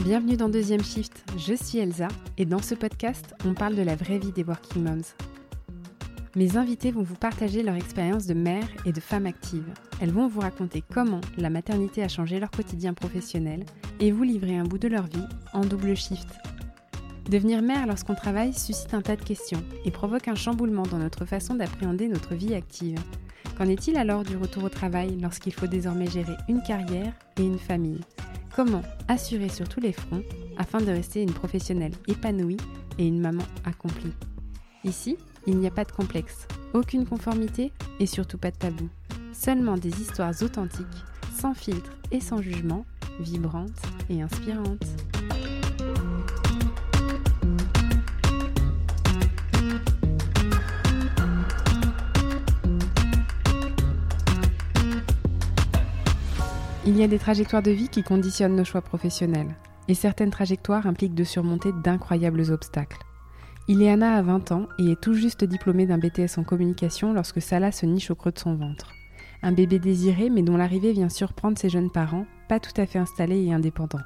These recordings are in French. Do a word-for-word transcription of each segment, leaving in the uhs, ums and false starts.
Bienvenue dans Deuxième Shift, je suis Elsa et dans ce podcast, on parle de la vraie vie des working moms. Mes invités vont vous partager leur expérience de mère et de femme active. Elles vont vous raconter comment la maternité a changé leur quotidien professionnel et vous livrer un bout de leur vie en double shift. Devenir mère lorsqu'on travaille suscite un tas de questions et provoque un chamboulement dans notre façon d'appréhender notre vie active. Qu'en est-il alors du retour au travail lorsqu'il faut désormais gérer une carrière et une famille ? Comment assurer sur tous les fronts afin de rester une professionnelle épanouie et une maman accomplie ? Ici, il n'y a pas de complexe, aucune conformité et surtout pas de tabou. Seulement des histoires authentiques, sans filtre et sans jugement, vibrantes et inspirantes. Il y a des trajectoires de vie qui conditionnent nos choix professionnels, et certaines trajectoires impliquent de surmonter d'incroyables obstacles. Ileana a vingt ans et est tout juste diplômée d'un B T S en communication lorsque Salah se niche au creux de son ventre. Un bébé désiré mais dont l'arrivée vient surprendre ses jeunes parents, pas tout à fait installés et indépendants.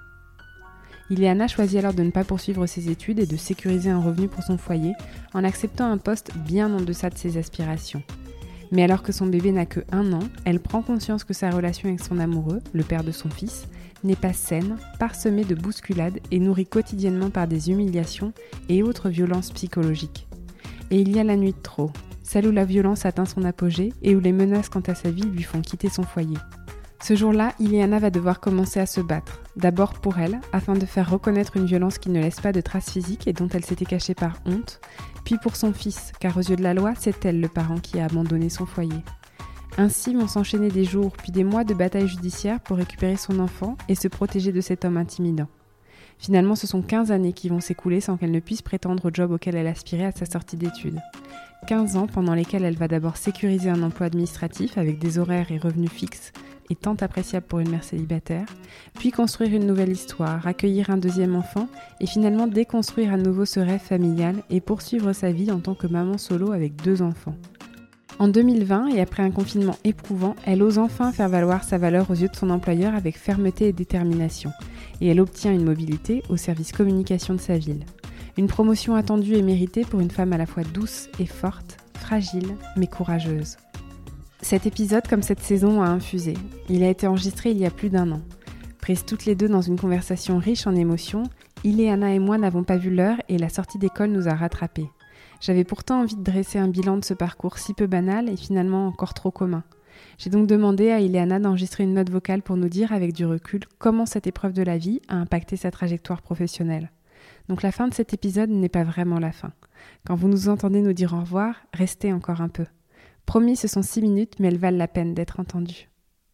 Ileana choisit alors de ne pas poursuivre ses études et de sécuriser un revenu pour son foyer en acceptant un poste bien en deçà de ses aspirations. Mais alors que son bébé n'a que un an, elle prend conscience que sa relation avec son amoureux, le père de son fils, n'est pas saine, parsemée de bousculades et nourrie quotidiennement par des humiliations et autres violences psychologiques. Et il y a la nuit de trop, celle où la violence atteint son apogée et où les menaces quant à sa vie lui font quitter son foyer. Ce jour-là, Ileana va devoir commencer à se battre, d'abord pour elle, afin de faire reconnaître une violence qui ne laisse pas de traces physiques et dont elle s'était cachée par honte, puis pour son fils, car aux yeux de la loi, c'est elle le parent qui a abandonné son foyer. Ainsi vont s'enchaîner des jours puis des mois de bataille judiciaire pour récupérer son enfant et se protéger de cet homme intimidant. Finalement, ce sont quinze années qui vont s'écouler sans qu'elle ne puisse prétendre au job auquel elle aspirait à sa sortie d'études. quinze ans pendant lesquels elle va d'abord sécuriser un emploi administratif avec des horaires et revenus fixes et tant appréciables pour une mère célibataire, puis construire une nouvelle histoire, accueillir un deuxième enfant et finalement déconstruire à nouveau ce rêve familial et poursuivre sa vie en tant que maman solo avec deux enfants. En deux mille vingt, et après un confinement éprouvant, elle ose enfin faire valoir sa valeur aux yeux de son employeur avec fermeté et détermination. Et elle obtient une mobilité au service communication de sa ville. Une promotion attendue et méritée pour une femme à la fois douce et forte, fragile mais courageuse. Cet épisode, comme cette saison, a infusé. Il a été enregistré il y a plus d'un an. Prises toutes les deux dans une conversation riche en émotions, Ileana et moi n'avons pas vu l'heure et la sortie d'école nous a rattrapés. J'avais pourtant envie de dresser un bilan de ce parcours si peu banal et finalement encore trop commun. J'ai donc demandé à Ileana d'enregistrer une note vocale pour nous dire avec du recul comment cette épreuve de la vie a impacté sa trajectoire professionnelle. Donc la fin de cet épisode n'est pas vraiment la fin. Quand vous nous entendez nous dire au revoir, restez encore un peu. Promis, ce sont six minutes, mais elles valent la peine d'être entendues.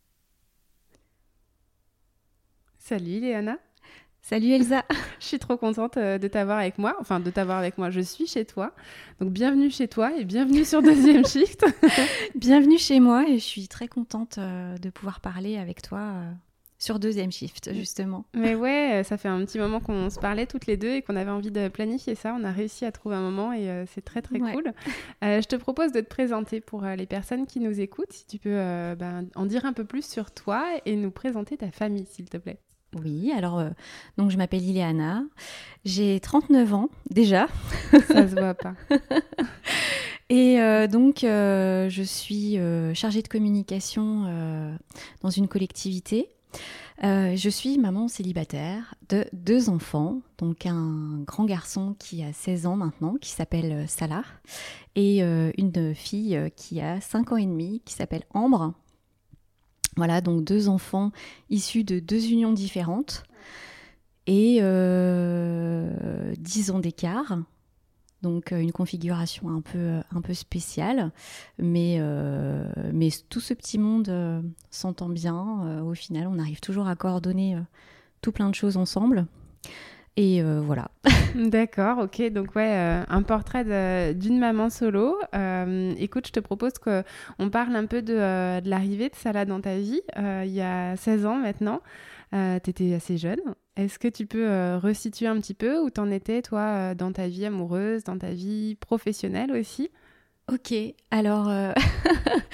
Salut Ileana. Salut Elsa. Je suis trop contente de t'avoir avec moi, enfin de t'avoir avec moi, je suis chez toi. Donc bienvenue chez toi et bienvenue sur Deuxième Shift. Bienvenue chez moi et je suis très contente de pouvoir parler avec toi sur Deuxième Shift justement. Mais ouais, ça fait un petit moment qu'on se parlait toutes les deux et qu'on avait envie de planifier ça. On a réussi à trouver un moment et euh, c'est très très ouais. cool. Euh, je te propose de te présenter pour euh, les personnes qui nous écoutent. Si tu peux euh, ben, en dire un peu plus sur toi et nous présenter ta famille s'il te plaît. Oui, alors euh, donc je m'appelle Ileana, j'ai trente-neuf ans déjà. Ça se voit pas. Et euh, donc euh, je suis euh, chargée de communication euh, dans une collectivité. Euh, je suis maman célibataire de deux enfants, donc un grand garçon qui a seize ans maintenant, qui s'appelle Salah, et euh, une fille qui a cinq ans et demi, qui s'appelle Ambre. Voilà, donc deux enfants issus de deux unions différentes et euh, dix ans d'écart. Donc une configuration un peu, un peu spéciale, mais, euh, mais tout ce petit monde euh, s'entend bien. Euh, au final, on arrive toujours à coordonner euh, tout plein de choses ensemble. Et euh, voilà. D'accord, ok. Donc ouais, euh, un portrait de, d'une maman solo. Euh, écoute, je te propose qu'on parle un peu de, euh, de l'arrivée de Salah dans ta vie. Euh, il y a seize ans maintenant. Euh, tu étais assez jeune. Est-ce que tu peux euh, resituer un petit peu où t'en étais, toi, euh, dans ta vie amoureuse, dans ta vie professionnelle aussi ? Ok, alors euh,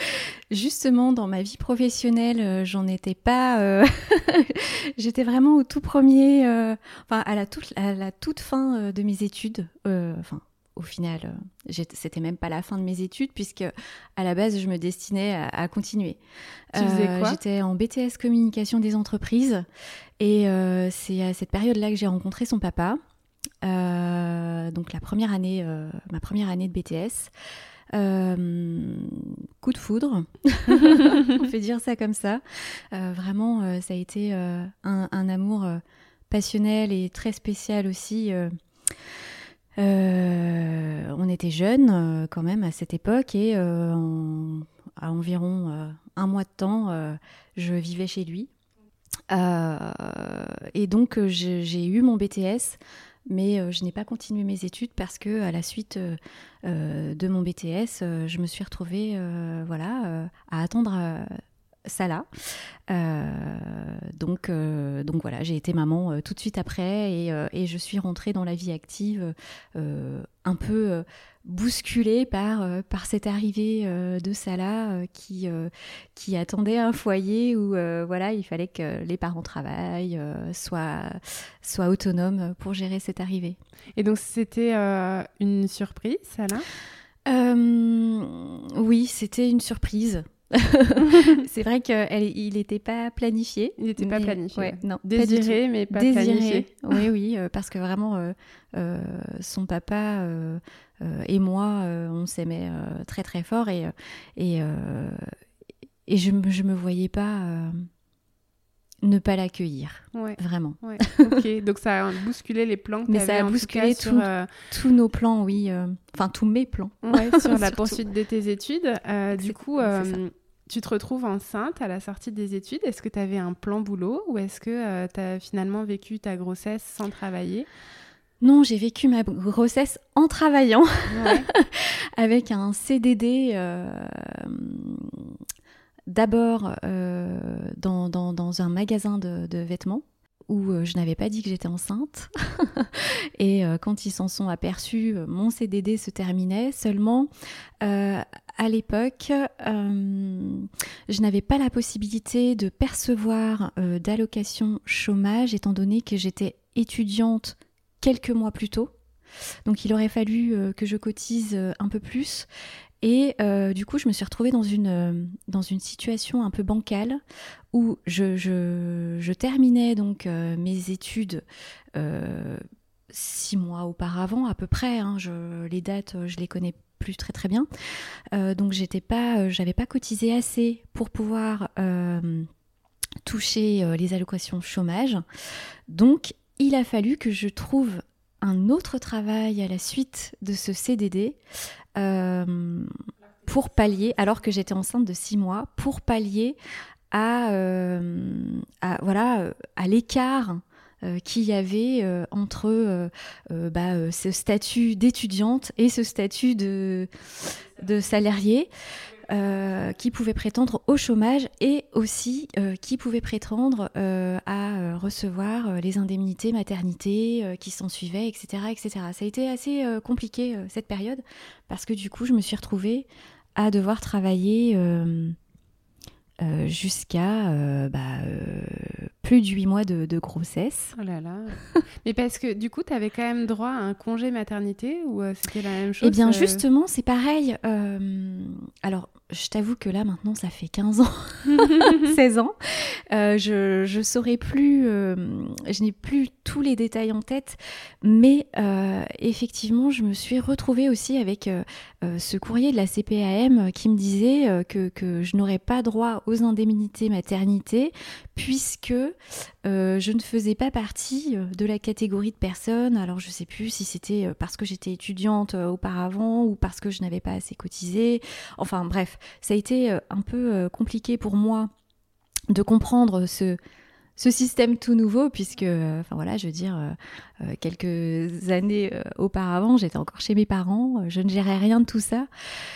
Justement, dans ma vie professionnelle, euh, j'en étais pas. Euh... J'étais vraiment au tout premier, euh... enfin à la toute, à la toute fin euh, de mes études. Euh, enfin, au final, euh, c'était même pas la fin de mes études puisque à la base, je me destinais à, à continuer. Tu euh, faisais quoi ? J'étais en B T S communication des entreprises et euh, c'est à cette période-là que j'ai rencontré son papa. Euh, donc la première année, euh, ma première année de B T S. Euh, coup de foudre, on peut dire ça comme ça. Euh, vraiment, euh, ça a été euh, un, un amour euh, passionnel et très spécial aussi. Euh, euh, on était jeunes euh, quand même à cette époque et euh, en, à environ euh, un mois de temps, euh, je vivais chez lui. Euh, et donc, euh, j'ai, j'ai eu mon B T S. Mais euh, je n'ai pas continué mes études parce que à la suite euh, euh, de mon B T S, euh, je me suis retrouvée euh, voilà, euh, à attendre euh, ça là. Euh, donc, euh, donc voilà, j'ai été maman euh, tout de suite après et, euh, et je suis rentrée dans la vie active euh, un peu euh, bousculée par, euh, par cette arrivée euh, de Salah euh, qui, euh, qui attendait un foyer où euh, voilà, il fallait que les parents travaillent, euh, soient, soient autonomes pour gérer cette arrivée. Et donc c'était euh, une surprise, Salah ? euh, Oui, c'était une surprise. C'est vrai qu'il n'était pas planifié. Il n'était pas planifié. Ouais, non, désiré, pas mais pas désiré, planifié. Oui, oui, euh, parce que vraiment, euh, euh, son papa euh, euh, et moi, euh, on s'aimait euh, très très fort et, et, euh, et je ne me voyais pas euh, ne pas l'accueillir. Ouais. Vraiment. Ouais. Ok, donc ça a bousculé les plans que tu avais. Mais ça a en bousculé tout cas, tout, sur, euh... tous nos plans, oui. Euh, enfin, tous mes plans. Ouais, sur la poursuite de tes études. Euh, du coup, euh, tu te retrouves enceinte à la sortie des études. Est-ce que tu avais un plan boulot ou est-ce que euh, tu as finalement vécu ta grossesse sans travailler ? Non, j'ai vécu ma grossesse en travaillant, ouais. Avec un C D D euh, d'abord euh, dans, dans, dans un magasin de, de vêtements où euh, je n'avais pas dit que j'étais enceinte. Et euh, quand ils s'en sont aperçus, mon C D D se terminait. Seulement, euh, à l'époque, euh, je n'avais pas la possibilité de percevoir euh, d'allocation chômage étant donné que j'étais étudiante quelques mois plus tôt. Donc il aurait fallu euh, que je cotise euh, un peu plus. Et euh, du coup, je me suis retrouvée dans une, euh, dans une situation un peu bancale où je, je, je terminais donc euh, mes études euh, six mois auparavant à peu près. Hein, je, les dates, je les connais plus très très bien. Euh, donc j'étais pas, euh, j'avais pas cotisé assez pour pouvoir euh, toucher euh, les allocations chômage. Donc il a fallu que je trouve un autre travail à la suite de ce C D D euh, pour pallier, alors que j'étais enceinte de six mois, pour pallier à, euh, à, voilà, à l'écart euh, qu'il y avait euh, entre euh, euh, bah, euh, ce statut d'étudiante et ce statut de, de salarié. Euh, qui pouvaient prétendre au chômage et aussi euh, qui pouvaient prétendre euh, à euh, recevoir euh, les indemnités maternité euh, qui s'en suivaient, et cetera, et cetera. Ça a été assez euh, compliqué euh, cette période parce que du coup, je me suis retrouvée à devoir travailler euh, euh, jusqu'à euh, bah, euh, plus de huit mois de, de grossesse. Oh là là. Mais parce que du coup, tu avais quand même droit à un congé maternité ou euh, c'était la même chose ? Eh bien, euh... justement, c'est pareil. Euh, alors, je t'avoue que là, maintenant, ça fait quinze ans, seize ans. Euh, je je saurais plus, euh, je n'ai plus tous les détails en tête, mais euh, effectivement, je me suis retrouvée aussi avec euh, euh, ce courrier de la C P A M qui me disait euh, que, que je n'aurais pas droit aux indemnités maternité puisque euh, je ne faisais pas partie de la catégorie de personnes. Alors, je ne sais plus si c'était parce que j'étais étudiante auparavant ou parce que je n'avais pas assez cotisé. Enfin, bref. Ça a été un peu compliqué pour moi de comprendre ce, ce système tout nouveau puisque, enfin voilà, je veux dire, euh, quelques années euh, auparavant, j'étais encore chez mes parents, je ne gérais rien de tout ça.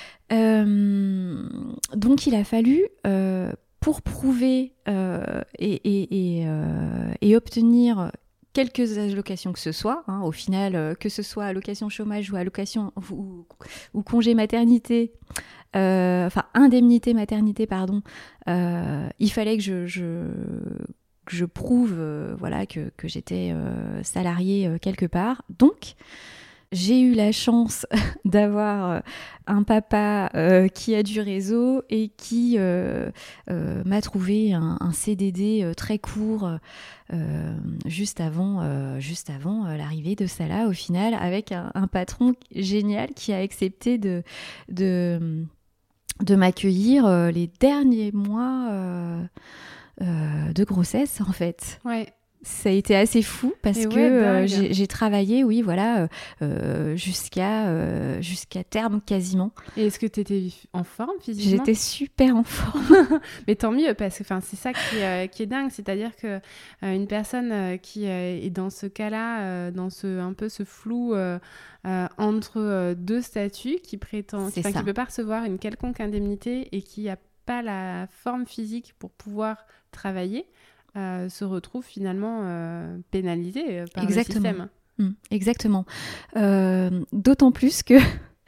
Euh, donc il a fallu, euh, pour prouver euh, et, et, et, euh, et obtenir quelques allocations que ce soit, hein, au final, euh, que ce soit allocation chômage ou allocation ou, ou congé maternité, euh, enfin indemnité maternité, pardon, euh, il fallait que je, je, que je prouve euh, voilà, que, que j'étais euh, salariée euh, quelque part. Donc, j'ai eu la chance d'avoir euh, un papa euh, qui a du réseau et qui euh, euh, m'a trouvé un, un C D D euh, très court euh, juste avant, euh, juste avant euh, l'arrivée de Salah au final, avec un, un patron génial qui a accepté de, de, de m'accueillir euh, les derniers mois euh, euh, de grossesse en fait. Ouais. Ça a été assez fou parce Et que ouais, euh, dingue. j'ai, j'ai travaillé, oui, voilà, euh, euh, jusqu'à, euh, jusqu'à terme quasiment. Et est-ce que tu étais en forme physiquement ? J'étais super en forme. Mais tant mieux, parce que c'est ça qui, euh, qui est dingue, c'est-à-dire qu'une euh, personne euh, qui euh, est dans ce cas-là, euh, dans ce, un peu ce flou euh, euh, entre euh, deux statuts, qui prétend, qui ne peut pas recevoir une quelconque indemnité et qui n'a pas la forme physique pour pouvoir travailler, Euh, se retrouve finalement euh, pénalisé euh, par Exactement. le système. Mmh, exactement. Euh, d'autant plus que,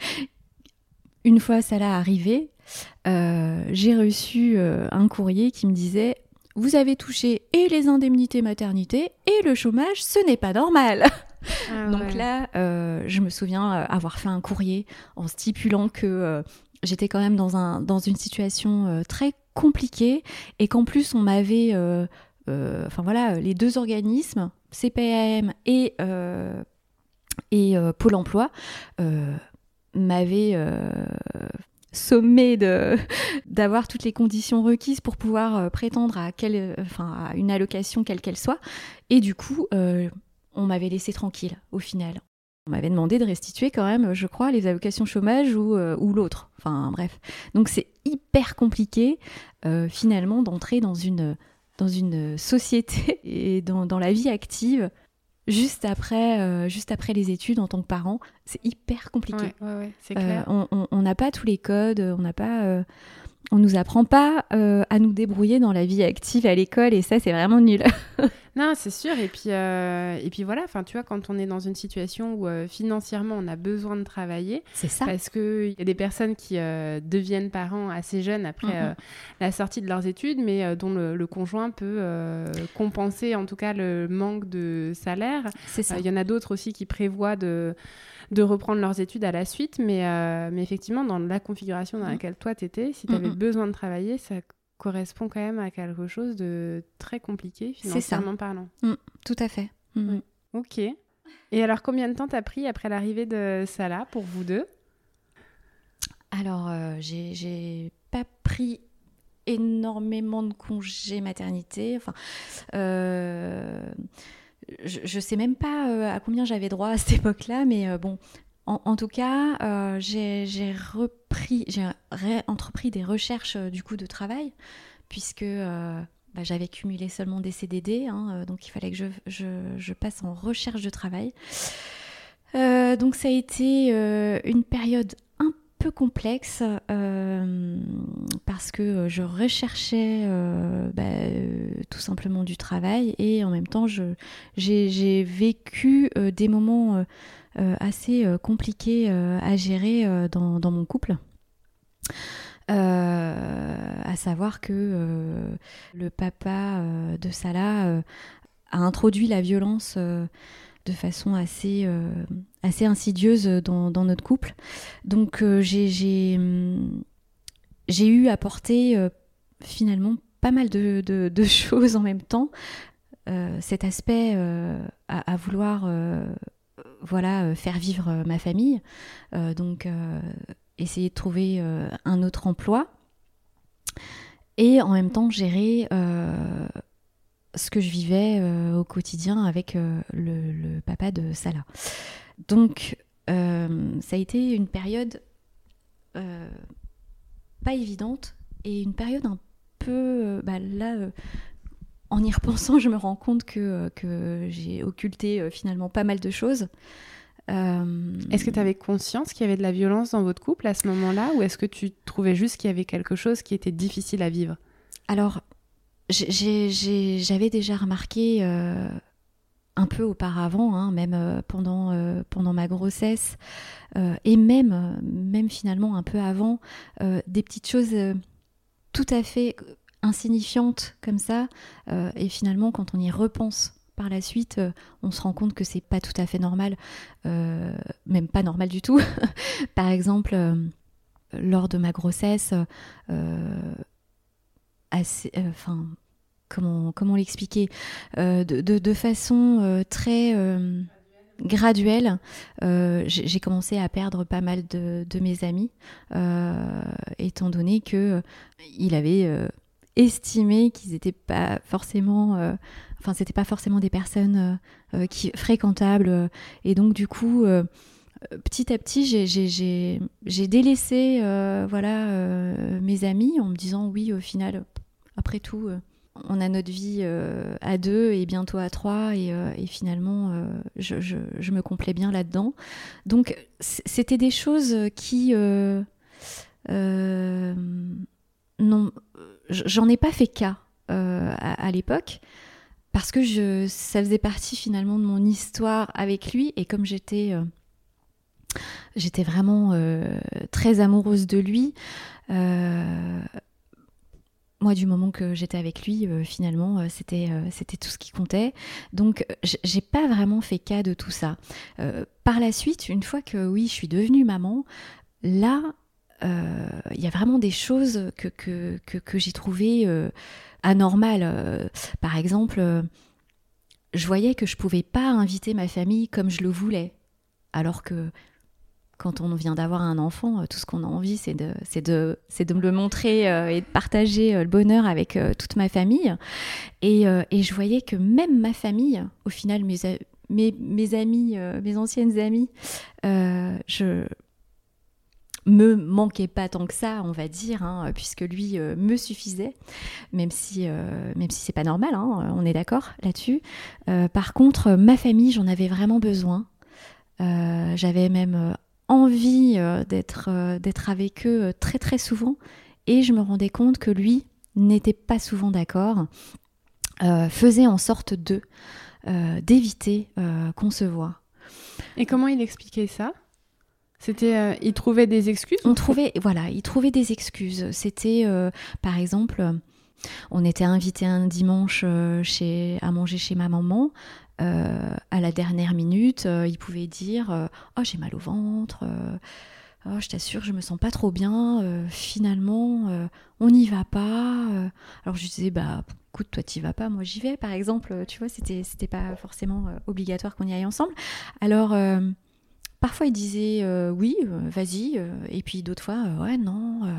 une fois ça l'a arrivé, euh, j'ai reçu euh, un courrier qui me disait « Vous avez touché et les indemnités maternité et le chômage, ce n'est pas normal !» Ah, Donc ouais. là, euh, je me souviens avoir fait un courrier en stipulant que euh, j'étais quand même dans, un, dans une situation euh, très compliquée et qu'en plus on m'avait... Euh, Euh, enfin voilà, les deux organismes, C P A M et, euh, et euh, Pôle emploi, euh, m'avaient euh, sommé de, d'avoir toutes les conditions requises pour pouvoir euh, prétendre à, quelle, enfin, à une allocation quelle qu'elle soit. Et du coup, euh, on m'avait laissé tranquille au final. On m'avait demandé de restituer quand même, je crois, les allocations chômage ou, euh, ou l'autre. Enfin bref. Donc c'est hyper compliqué euh, finalement d'entrer dans une... dans une société et dans, dans la vie active juste après, euh, juste après les études en tant que parent. C'est hyper compliqué. Ouais, ouais, ouais, c'est clair. Euh, on n'a pas tous les codes, on n'a pas... Euh, on nous apprend pas euh, à nous débrouiller dans la vie active à l'école et ça, c'est vraiment nul. Non, c'est sûr. Et puis, euh, et puis voilà, tu vois, quand on est dans une situation où euh, financièrement on a besoin de travailler, c'est ça. Parce qu'il y a des personnes qui euh, deviennent parents assez jeunes après mm-hmm. euh, la sortie de leurs études, mais euh, dont le, le conjoint peut euh, compenser en tout cas le manque de salaire. C'est ça. Il euh, y en a d'autres aussi qui prévoient de, de reprendre leurs études à la suite, mais, euh, mais effectivement, dans la configuration dans laquelle toi t'étais, si tu avais mm-hmm. besoin de travailler, ça correspond quand même à quelque chose de très compliqué, financièrement parlant. Mmh, tout à fait. Mmh. Oui. Ok. Et alors, combien de temps t'as pris après l'arrivée de Salah pour vous deux ? Alors, euh, j'ai, j'ai pas pris énormément de congés maternité. Enfin, euh, je, je sais même pas euh, à combien j'avais droit à cette époque-là, mais euh, bon... En, en tout cas, euh, j'ai, j'ai repris, j'ai ré- entrepris des recherches euh, du coup de travail, puisque euh, bah, j'avais cumulé seulement des C D D, hein, euh, donc il fallait que je, je, je passe en recherche de travail. Euh, donc ça a été euh, une période un peu complexe, euh, parce que je recherchais euh, bah, euh, tout simplement du travail, et en même temps, je, j'ai, j'ai vécu euh, des moments... Euh, Euh, assez euh, compliqué euh, à gérer euh, dans, dans mon couple. Euh, à savoir que euh, le papa euh, de Salah euh, a introduit la violence euh, de façon assez, euh, assez insidieuse dans, dans notre couple. Donc euh, j'ai, j'ai, j'ai eu à porter euh, finalement pas mal de, de, de choses en même temps. Euh, cet aspect euh, à, à vouloir... Euh, voilà, euh, faire vivre euh, ma famille, euh, donc euh, essayer de trouver euh, un autre emploi et en même temps gérer euh, ce que je vivais euh, au quotidien avec euh, le, le papa de Salah. Donc euh, ça a été une période euh, pas évidente et une période un peu, euh, bah, là... Euh, En y repensant, je me rends compte que, que j'ai occulté euh, finalement pas mal de choses. Euh... Est-ce que tu avais conscience qu'il y avait de la violence dans votre couple à ce moment-là, ou est-ce que tu trouvais juste qu'il y avait quelque chose qui était difficile à vivre ? Alors, j'ai, j'ai, j'avais déjà remarqué euh, un peu auparavant, hein, même euh, pendant, euh, pendant ma grossesse, euh, et même, euh, même finalement un peu avant, euh, des petites choses euh, tout à fait insignifiantes comme ça, euh, et finalement quand on y repense par la suite, euh, on se rend compte que c'est pas tout à fait normal, euh, même pas normal du tout. Par exemple, euh, lors de ma grossesse, euh, assez, euh, enfin, comment, comment l'expliquer, euh, de, de, de façon euh, très euh, graduelle, euh, j'ai, j'ai commencé à perdre pas mal de, de mes amis, euh, étant donné que euh, il avait euh, estimé qu'ils n'étaient pas forcément, euh, enfin, c'était pas forcément des personnes euh, qui fréquentables, euh, et donc du coup. Euh, Petit à petit, j'ai, j'ai, j'ai, j'ai délaissé euh, voilà, euh, mes amis en me disant oui, au final, après tout, euh, on a notre vie euh, à deux et bientôt à trois et, euh, et finalement, euh, je, je, je me complais bien là-dedans. Donc, c'était des choses qui... Euh, euh, non, j'en ai pas fait cas euh, à, à l'époque parce que je, ça faisait partie finalement de mon histoire avec lui et comme j'étais... Euh, J'étais vraiment euh, très amoureuse de lui. Euh, moi, du moment que j'étais avec lui, euh, finalement, euh, c'était, euh, c'était tout ce qui comptait. Donc, j'ai pas vraiment fait cas de tout ça. Euh, par la suite, une fois que oui, je suis devenue maman, là, il euh, y a vraiment des choses que, que, que, que j'ai trouvées euh, anormales. Euh, par exemple, euh, je voyais que je pouvais pas inviter ma famille comme je le voulais. Alors que quand on vient d'avoir un enfant, tout ce qu'on a envie, c'est de, c'est de, c'est de me le montrer euh, et de partager euh, le bonheur avec euh, toute ma famille. Et, euh, et je voyais que même ma famille, au final, mes, mes, mes amis, euh, mes anciennes amies, euh, je me manquais pas tant que ça, on va dire, hein, puisque lui euh, me suffisait, même si, euh, même si c'est pas normal, hein, on est d'accord là-dessus. Euh, par contre, ma famille, j'en avais vraiment besoin. Euh, j'avais même... Euh, envie euh, d'être, euh, d'être avec eux euh, très très souvent et je me rendais compte que lui n'était pas souvent d'accord, euh, faisait en sorte de, euh, d'éviter euh, qu'on se voit. Et comment il expliquait ça ? C'était, euh, il trouvait des excuses ? On trouvait, voilà, il trouvait des excuses. C'était, euh, par exemple, on était invité un dimanche euh, chez, à manger chez ma maman. Euh, à la dernière minute, euh, il pouvait dire euh, « Oh, j'ai mal au ventre, euh, oh, je t'assure, je me sens pas trop bien, euh, finalement, euh, on n'y va pas. Euh. » Alors je lui disais « Bah, écoute, toi, t'y vas pas, moi j'y vais. » Par exemple, tu vois, c'était, c'était pas forcément euh, obligatoire qu'on y aille ensemble. Alors, euh, parfois, il disait euh, « Oui, euh, vas-y. Euh, » Et puis d'autres fois euh, « Ouais, non. Euh, »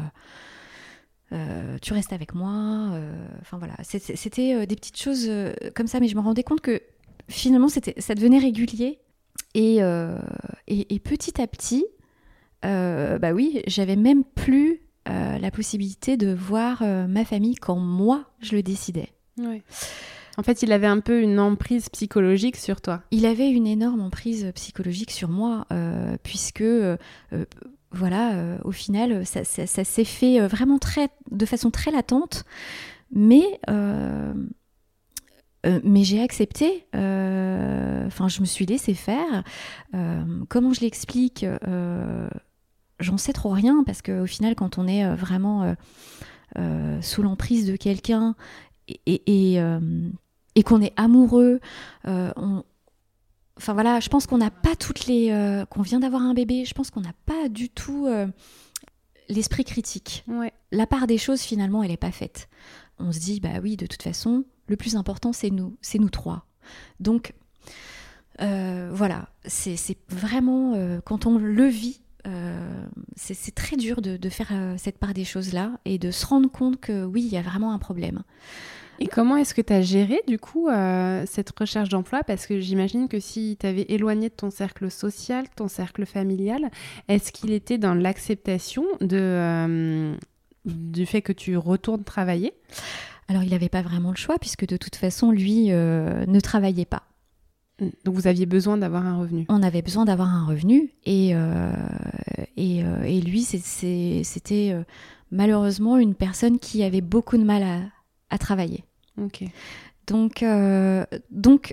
Euh, tu restes avec moi, enfin euh, voilà, c'était, c'était euh, des petites choses euh, comme ça, mais je me rendais compte que finalement c'était, ça devenait régulier et, euh, et, et petit à petit, euh, bah oui, j'avais même plus euh, la possibilité de voir euh, ma famille quand moi je le décidais. Ouais. En fait, il avait un peu une emprise psychologique sur toi. Il avait une énorme emprise psychologique sur moi, euh, puisque euh, euh, voilà, euh, au final, ça, ça, ça s'est fait vraiment très, de façon très latente, mais, euh, euh, mais j'ai accepté, enfin, euh, je me suis laissée faire. Euh, comment je l'explique euh, j'en sais trop rien, parce qu'au final, quand on est vraiment euh, euh, sous l'emprise de quelqu'un et, et, et, euh, et qu'on est amoureux, euh, on Enfin voilà, je pense qu'on n'a pas toutes les... Euh, qu'on vient d'avoir un bébé, je pense qu'on n'a pas du tout euh, l'esprit critique. Ouais. La part des choses, finalement, elle n'est pas faite. On se dit, bah oui, de toute façon, le plus important, c'est nous, c'est nous trois. Donc, euh, voilà, c'est, c'est vraiment... Euh, quand on le vit, euh, c'est, c'est très dur de, de faire euh, cette part des choses-là et de se rendre compte que oui, il y a vraiment un problème. Et comment est-ce que tu as géré, du coup, euh, cette recherche d'emploi ? Parce que j'imagine que si tu avais éloigné de ton cercle social, ton cercle familial, est-ce qu'il était dans l'acceptation de, euh, du fait que tu retournes travailler ? Alors, il n'avait pas vraiment le choix, puisque de toute façon, lui euh, ne travaillait pas. Donc, vous aviez besoin d'avoir un revenu ? On avait besoin d'avoir un revenu. Et, euh, et, euh, et lui, c'est, c'est, c'était euh, malheureusement une personne qui avait beaucoup de mal à, à travailler. Ok. Donc, euh, donc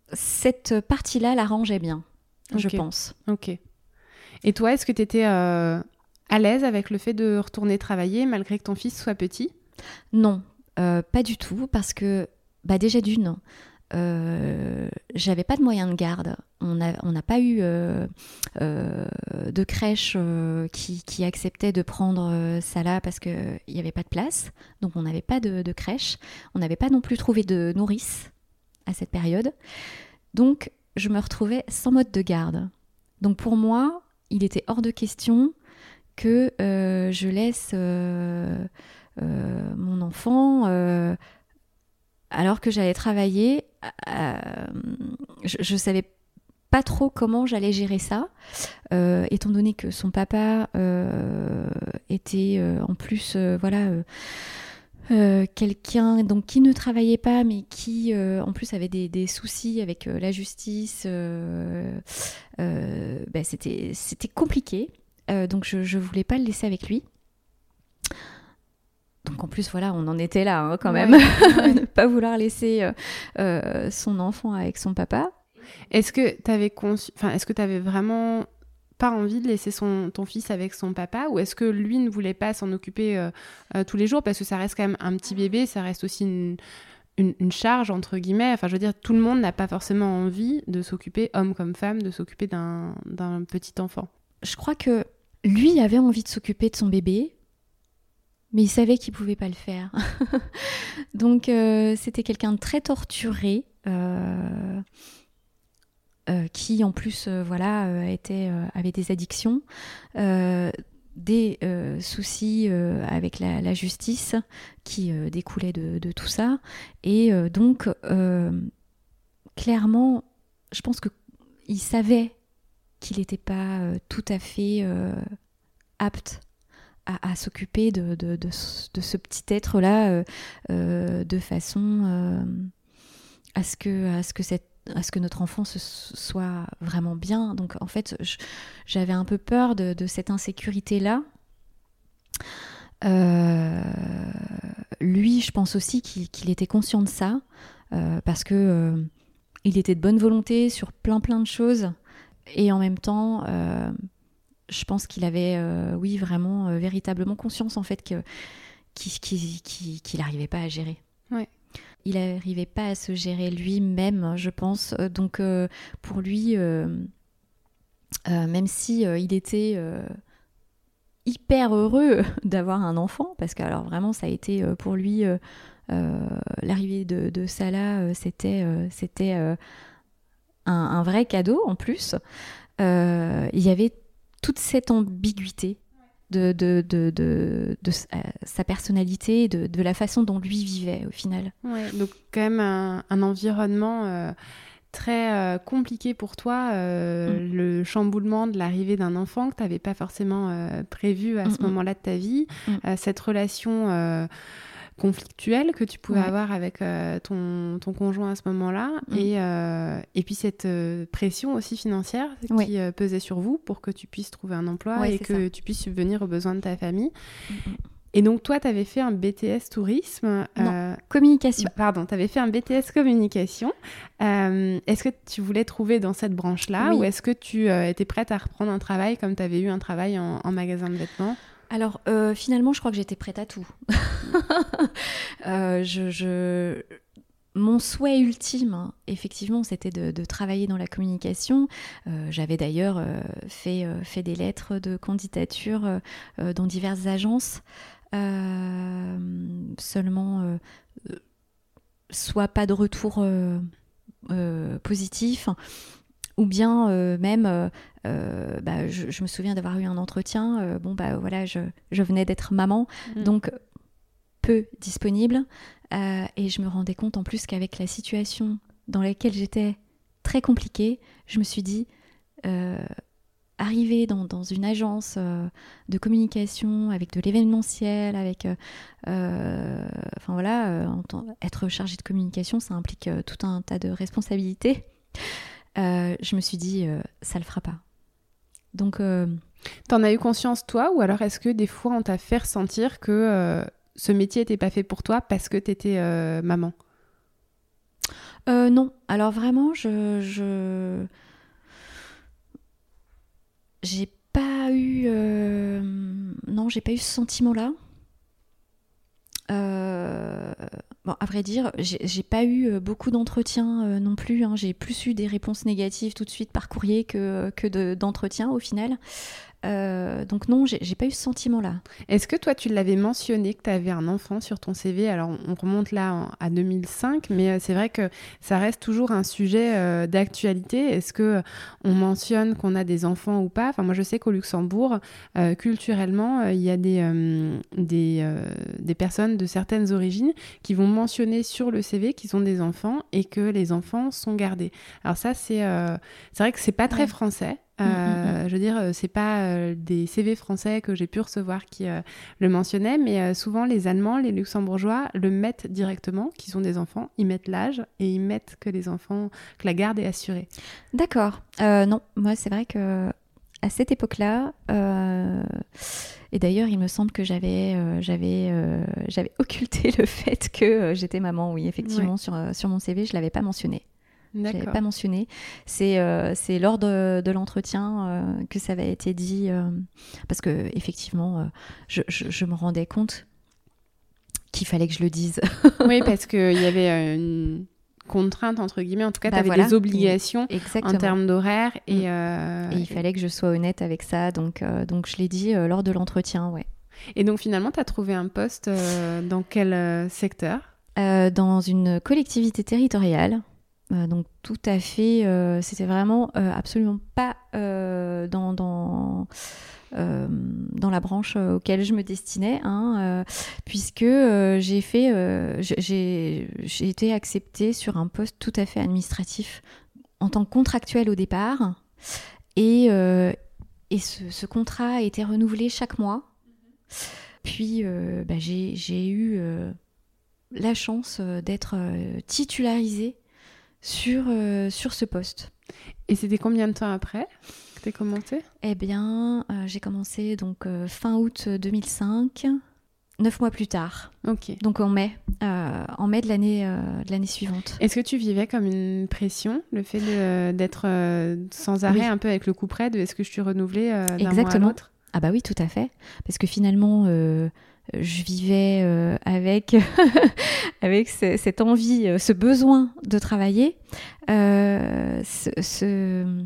cette partie-là l'arrangeait bien, okay. je pense. Ok. Et toi, est-ce que tu étais euh, à l'aise avec le fait de retourner travailler malgré que ton fils soit petit ? Non, euh, pas du tout, parce que bah déjà d'une, euh, j'avais pas de moyens de garde. On n'a on n'a pas eu euh, euh, de crèche euh, qui, qui acceptait de prendre euh, Salah parce qu'il n'y avait pas de place. Donc on n'avait pas de, de crèche. On n'avait pas non plus trouvé de nourrice à cette période. Donc je me retrouvais sans mode de garde. Donc pour moi, il était hors de question que euh, je laisse euh, euh, mon enfant... Euh, alors que j'allais travailler, euh, je ne savais pas trop comment j'allais gérer ça, euh, étant donné que son papa euh, était euh, en plus euh, voilà, euh, euh, quelqu'un donc, qui ne travaillait pas, mais qui euh, en plus avait des, des soucis avec euh, la justice. Euh, euh, ben, c'était, c'était compliqué, euh, donc je ne voulais pas le laisser avec lui. Donc en plus, voilà, on en était là hein, quand même, ouais. Ne pas vouloir laisser euh, euh, son enfant avec son papa. Est-ce que tu avais conçu... enfin, est-ce que tu avais vraiment pas envie de laisser son... ton fils avec son papa, ou est-ce que lui ne voulait pas s'en occuper euh, euh, tous les jours, parce que ça reste quand même un petit bébé, ça reste aussi une... Une, une charge entre guillemets. Enfin, je veux dire, tout le monde n'a pas forcément envie de s'occuper, homme comme femme, de s'occuper d'un, d'un petit enfant. Je crois que lui avait envie de s'occuper de son bébé, mais il savait qu'il ne pouvait pas le faire. Donc, euh, c'était quelqu'un de très torturé, euh, euh, qui, en plus, euh, voilà, euh, était, euh, avait des addictions, euh, des euh, soucis euh, avec la, la justice qui euh, découlaient de, de tout ça. Et euh, donc, euh, clairement, je pense qu'il savait qu'il n'était pas euh, tout à fait euh, apte À, à s'occuper de, de, de, de ce petit être-là euh, euh, de façon euh, à, ce que, à, ce que cette, à ce que notre enfant se, soit vraiment bien. Donc en fait, je, j'avais un peu peur de, de cette insécurité-là. Euh, lui, je pense aussi qu'il, qu'il était conscient de ça, euh, parce que euh, il était de bonne volonté sur plein plein de choses, et en même temps... Euh, je pense qu'il avait, euh, oui, vraiment, euh, véritablement conscience, en fait, que, qu'il, qu'il, qu'il, qu'il n'arrivait pas à gérer. Ouais. Il n'arrivait pas à se gérer lui-même, je pense. Donc, euh, pour lui, euh, euh, même si euh, il était euh, hyper heureux d'avoir un enfant, parce que, alors, vraiment, ça a été euh, pour lui, euh, euh, l'arrivée de, de Salah, euh, c'était, euh, c'était euh, un, un vrai cadeau, en plus. Euh, il y avait toute cette ambiguïté de, de, de, de, de sa personnalité, de, de la façon dont lui vivait au final. Ouais, donc quand même un, un environnement euh, très euh, compliqué pour toi, euh, mmh. le chamboulement de l'arrivée d'un enfant que tu n'avais pas forcément euh, prévu à mmh. ce moment-là de ta vie, mmh. euh, cette relation... Euh, conflictuelle que tu pouvais ouais. avoir avec euh, ton, ton conjoint à ce moment-là, mmh. et, euh, et puis cette euh, pression aussi financière oui. qui euh, pesait sur vous pour que tu puisses trouver un emploi ouais, et que ça. tu puisses subvenir aux besoins de ta famille. Mmh. Et donc toi, tu avais fait un B T S tourisme. Non, euh, communication. Bah, pardon, tu avais fait un B T S communication. Euh, est-ce que tu voulais trouver dans cette branche-là oui. ou est-ce que tu euh, étais prête à reprendre un travail comme tu avais eu un travail en, en magasin de vêtements ? Alors, euh, finalement, je crois que j'étais prête à tout. euh, je, je... Mon souhait ultime, hein, effectivement, c'était de, de travailler dans la communication. Euh, j'avais d'ailleurs euh, fait, euh, fait des lettres de candidature euh, dans diverses agences. Euh, seulement, euh, soit pas de retour euh, euh, positif, ou bien euh, même, euh, euh, bah, je, je me souviens d'avoir eu un entretien, euh, bon bah voilà, je, je venais d'être maman, mmh. donc peu disponible, euh, et je me rendais compte en plus qu'avec la situation dans laquelle j'étais très compliquée, je me suis dit, euh, arriver dans, dans une agence euh, de communication, avec de l'événementiel, avec, euh, euh, enfin voilà, euh, en tant, être chargée de communication, ça implique euh, tout un tas de responsabilités. Euh, je me suis dit, euh, ça le fera pas. Donc, euh... t'en as eu conscience toi, ou alors est-ce que des fois on t'a fait ressentir que euh, ce métier n'était pas fait pour toi parce que t'étais euh, maman ? Euh, non, alors vraiment, je, je... j'ai pas eu, euh... non, j'ai pas eu ce sentiment-là. Euh... Bon, à vrai dire, j'ai, j'ai pas eu beaucoup d'entretiens euh, non plus. Hein. J'ai plus eu des réponses négatives tout de suite par courrier que, que de, d'entretiens au final. Euh, donc non, j'ai, j'ai pas eu ce sentiment-là. Est-ce que toi, tu l'avais mentionné que tu avais un enfant sur ton C V? Alors, on remonte là en, à deux mille cinq, mais euh, c'est vrai que ça reste toujours un sujet euh, d'actualité. Est-ce que euh, on mentionne qu'on a des enfants ou pas? Enfin, moi, je sais qu'au Luxembourg, euh, culturellement, euh, il y a des, euh, des, euh, des personnes de certaines origines qui vont mentionner sur le C V qu'ils ont des enfants et que les enfants sont gardés. Alors ça, c'est, euh, c'est vrai que c'est pas très Ouais. français. Euh, Mmh, mmh, mmh. je veux dire, c'est pas euh, des C V français que j'ai pu recevoir qui euh, le mentionnaient, mais euh, souvent les Allemands, les Luxembourgeois le mettent directement, qu'ils ont des enfants, ils mettent l'âge et ils mettent que les enfants, que la garde est assurée. D'accord. Euh, non, moi c'est vrai que à cette époque-là, euh, et d'ailleurs il me semble que j'avais, euh, j'avais, euh, j'avais occulté le fait que euh, j'étais maman. Oui, effectivement, Ouais. sur, euh, sur mon C V, je l'avais pas mentionné. Je l'avais D'accord. pas mentionné. C'est, euh, c'est lors de, de l'entretien euh, que ça avait été dit, euh, parce que effectivement, euh, je, je, je me rendais compte qu'il fallait que je le dise. Oui, parce qu'il y avait euh, une contrainte, entre guillemets, en tout cas, tu Bah avais voilà, des obligations et- en exactement. termes d'horaire. Et, Mm. euh, Et il fallait que je sois honnête avec ça, donc, euh, donc je l'ai dit euh, lors de l'entretien, ouais. et donc finalement, tu as trouvé un poste euh, dans quel euh, secteur? Euh, dans une collectivité territoriale. Euh, donc tout à fait, euh, c'était vraiment euh, absolument pas euh, dans, dans, euh, dans la branche euh, auquel je me destinais, hein, euh, puisque euh, j'ai fait, euh, j'ai, j'ai été acceptée sur un poste tout à fait administratif en tant que contractuelle au départ, et, euh, et ce, ce contrat a été renouvelé chaque mois. Puis euh, bah, j'ai, j'ai eu euh, la chance euh, d'être euh, titularisée sur, euh, sur ce poste. Et c'était combien de temps après que tu as commencé? Eh bien, euh, j'ai commencé donc euh, fin août deux mille cinq, neuf mois plus tard. Ok. Donc en mai, euh, en mai de l'année, euh, de l'année suivante. Est-ce que tu vivais comme une pression, le fait de, d'être euh, sans arrêt, Oui. un peu avec le coup près, de est-ce que je suis renouvelée euh, d'un mois à Exactement. l'autre? Ah bah oui, tout à fait. Parce que finalement, euh, je vivais euh, avec, avec ce- cette envie, euh, ce besoin de travailler. Euh, ce, ce,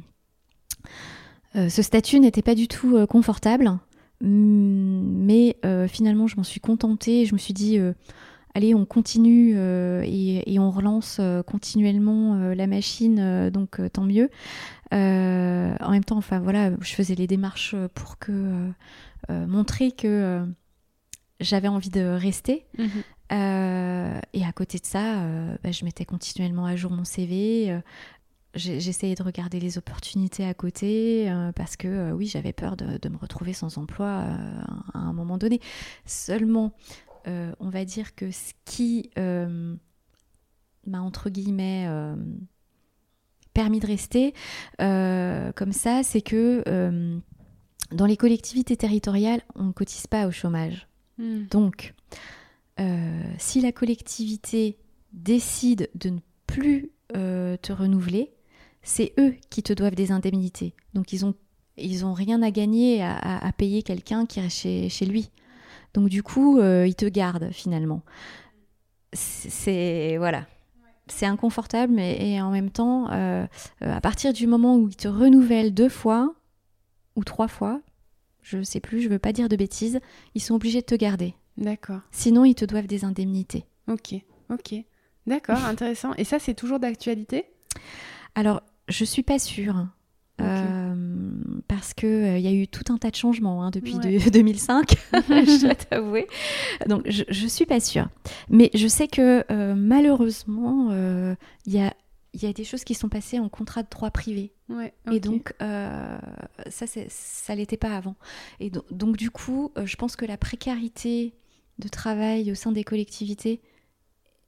euh, ce statut n'était pas du tout euh, confortable. Hum, Mais euh, finalement, je m'en suis contentée. Je me suis dit, euh, allez, on continue euh, et, et on relance euh, continuellement euh, la machine, euh, donc euh, tant mieux. Euh, en même temps, enfin voilà, je faisais les démarches pour que euh, euh, montrer que euh, j'avais envie de rester. Mhm. Euh, et à côté de ça, euh, bah, je mettais continuellement à jour mon C V. Euh, j'ai- j'essayais de regarder les opportunités à côté euh, parce que euh, oui, j'avais peur de, de me retrouver sans emploi euh, à un moment donné. Seulement, euh, on va dire que ce qui euh, m'a entre guillemets euh, permis de rester euh, comme ça, c'est que euh, dans les collectivités territoriales, on ne cotise pas au chômage. Mm. Donc, euh, si la collectivité décide de ne plus euh, te renouveler, c'est eux qui te doivent des indemnités. Donc, ils ont, ils ont rien à gagner à, à, à payer quelqu'un qui reste chez, chez lui. Donc, du coup, euh, ils te gardent finalement. C'est, c'est- voilà. C'est inconfortable, mais et en même temps, euh, euh, à partir du moment où ils te renouvellent deux fois ou trois fois, je ne sais plus, je ne veux pas dire de bêtises, ils sont obligés de te garder. D'accord. Sinon, ils te doivent des indemnités. Ok. Ok. D'accord. Intéressant. Et ça, c'est toujours d'actualité? Alors, je suis pas sûre. Ok. Euh, parce qu'il euh, y a eu tout un tas de changements hein, depuis Ouais. de- deux mille cinq, je dois t'avouer. Donc, je, je suis pas sûre. Mais je sais que euh, malheureusement, il euh, y, a, y a des choses qui sont passées en contrat de droit privé. Ouais. Et Ok. donc, euh, ça, c'est, ça l'était pas avant. Et do- donc, du coup, euh, je pense que la précarité de travail au sein des collectivités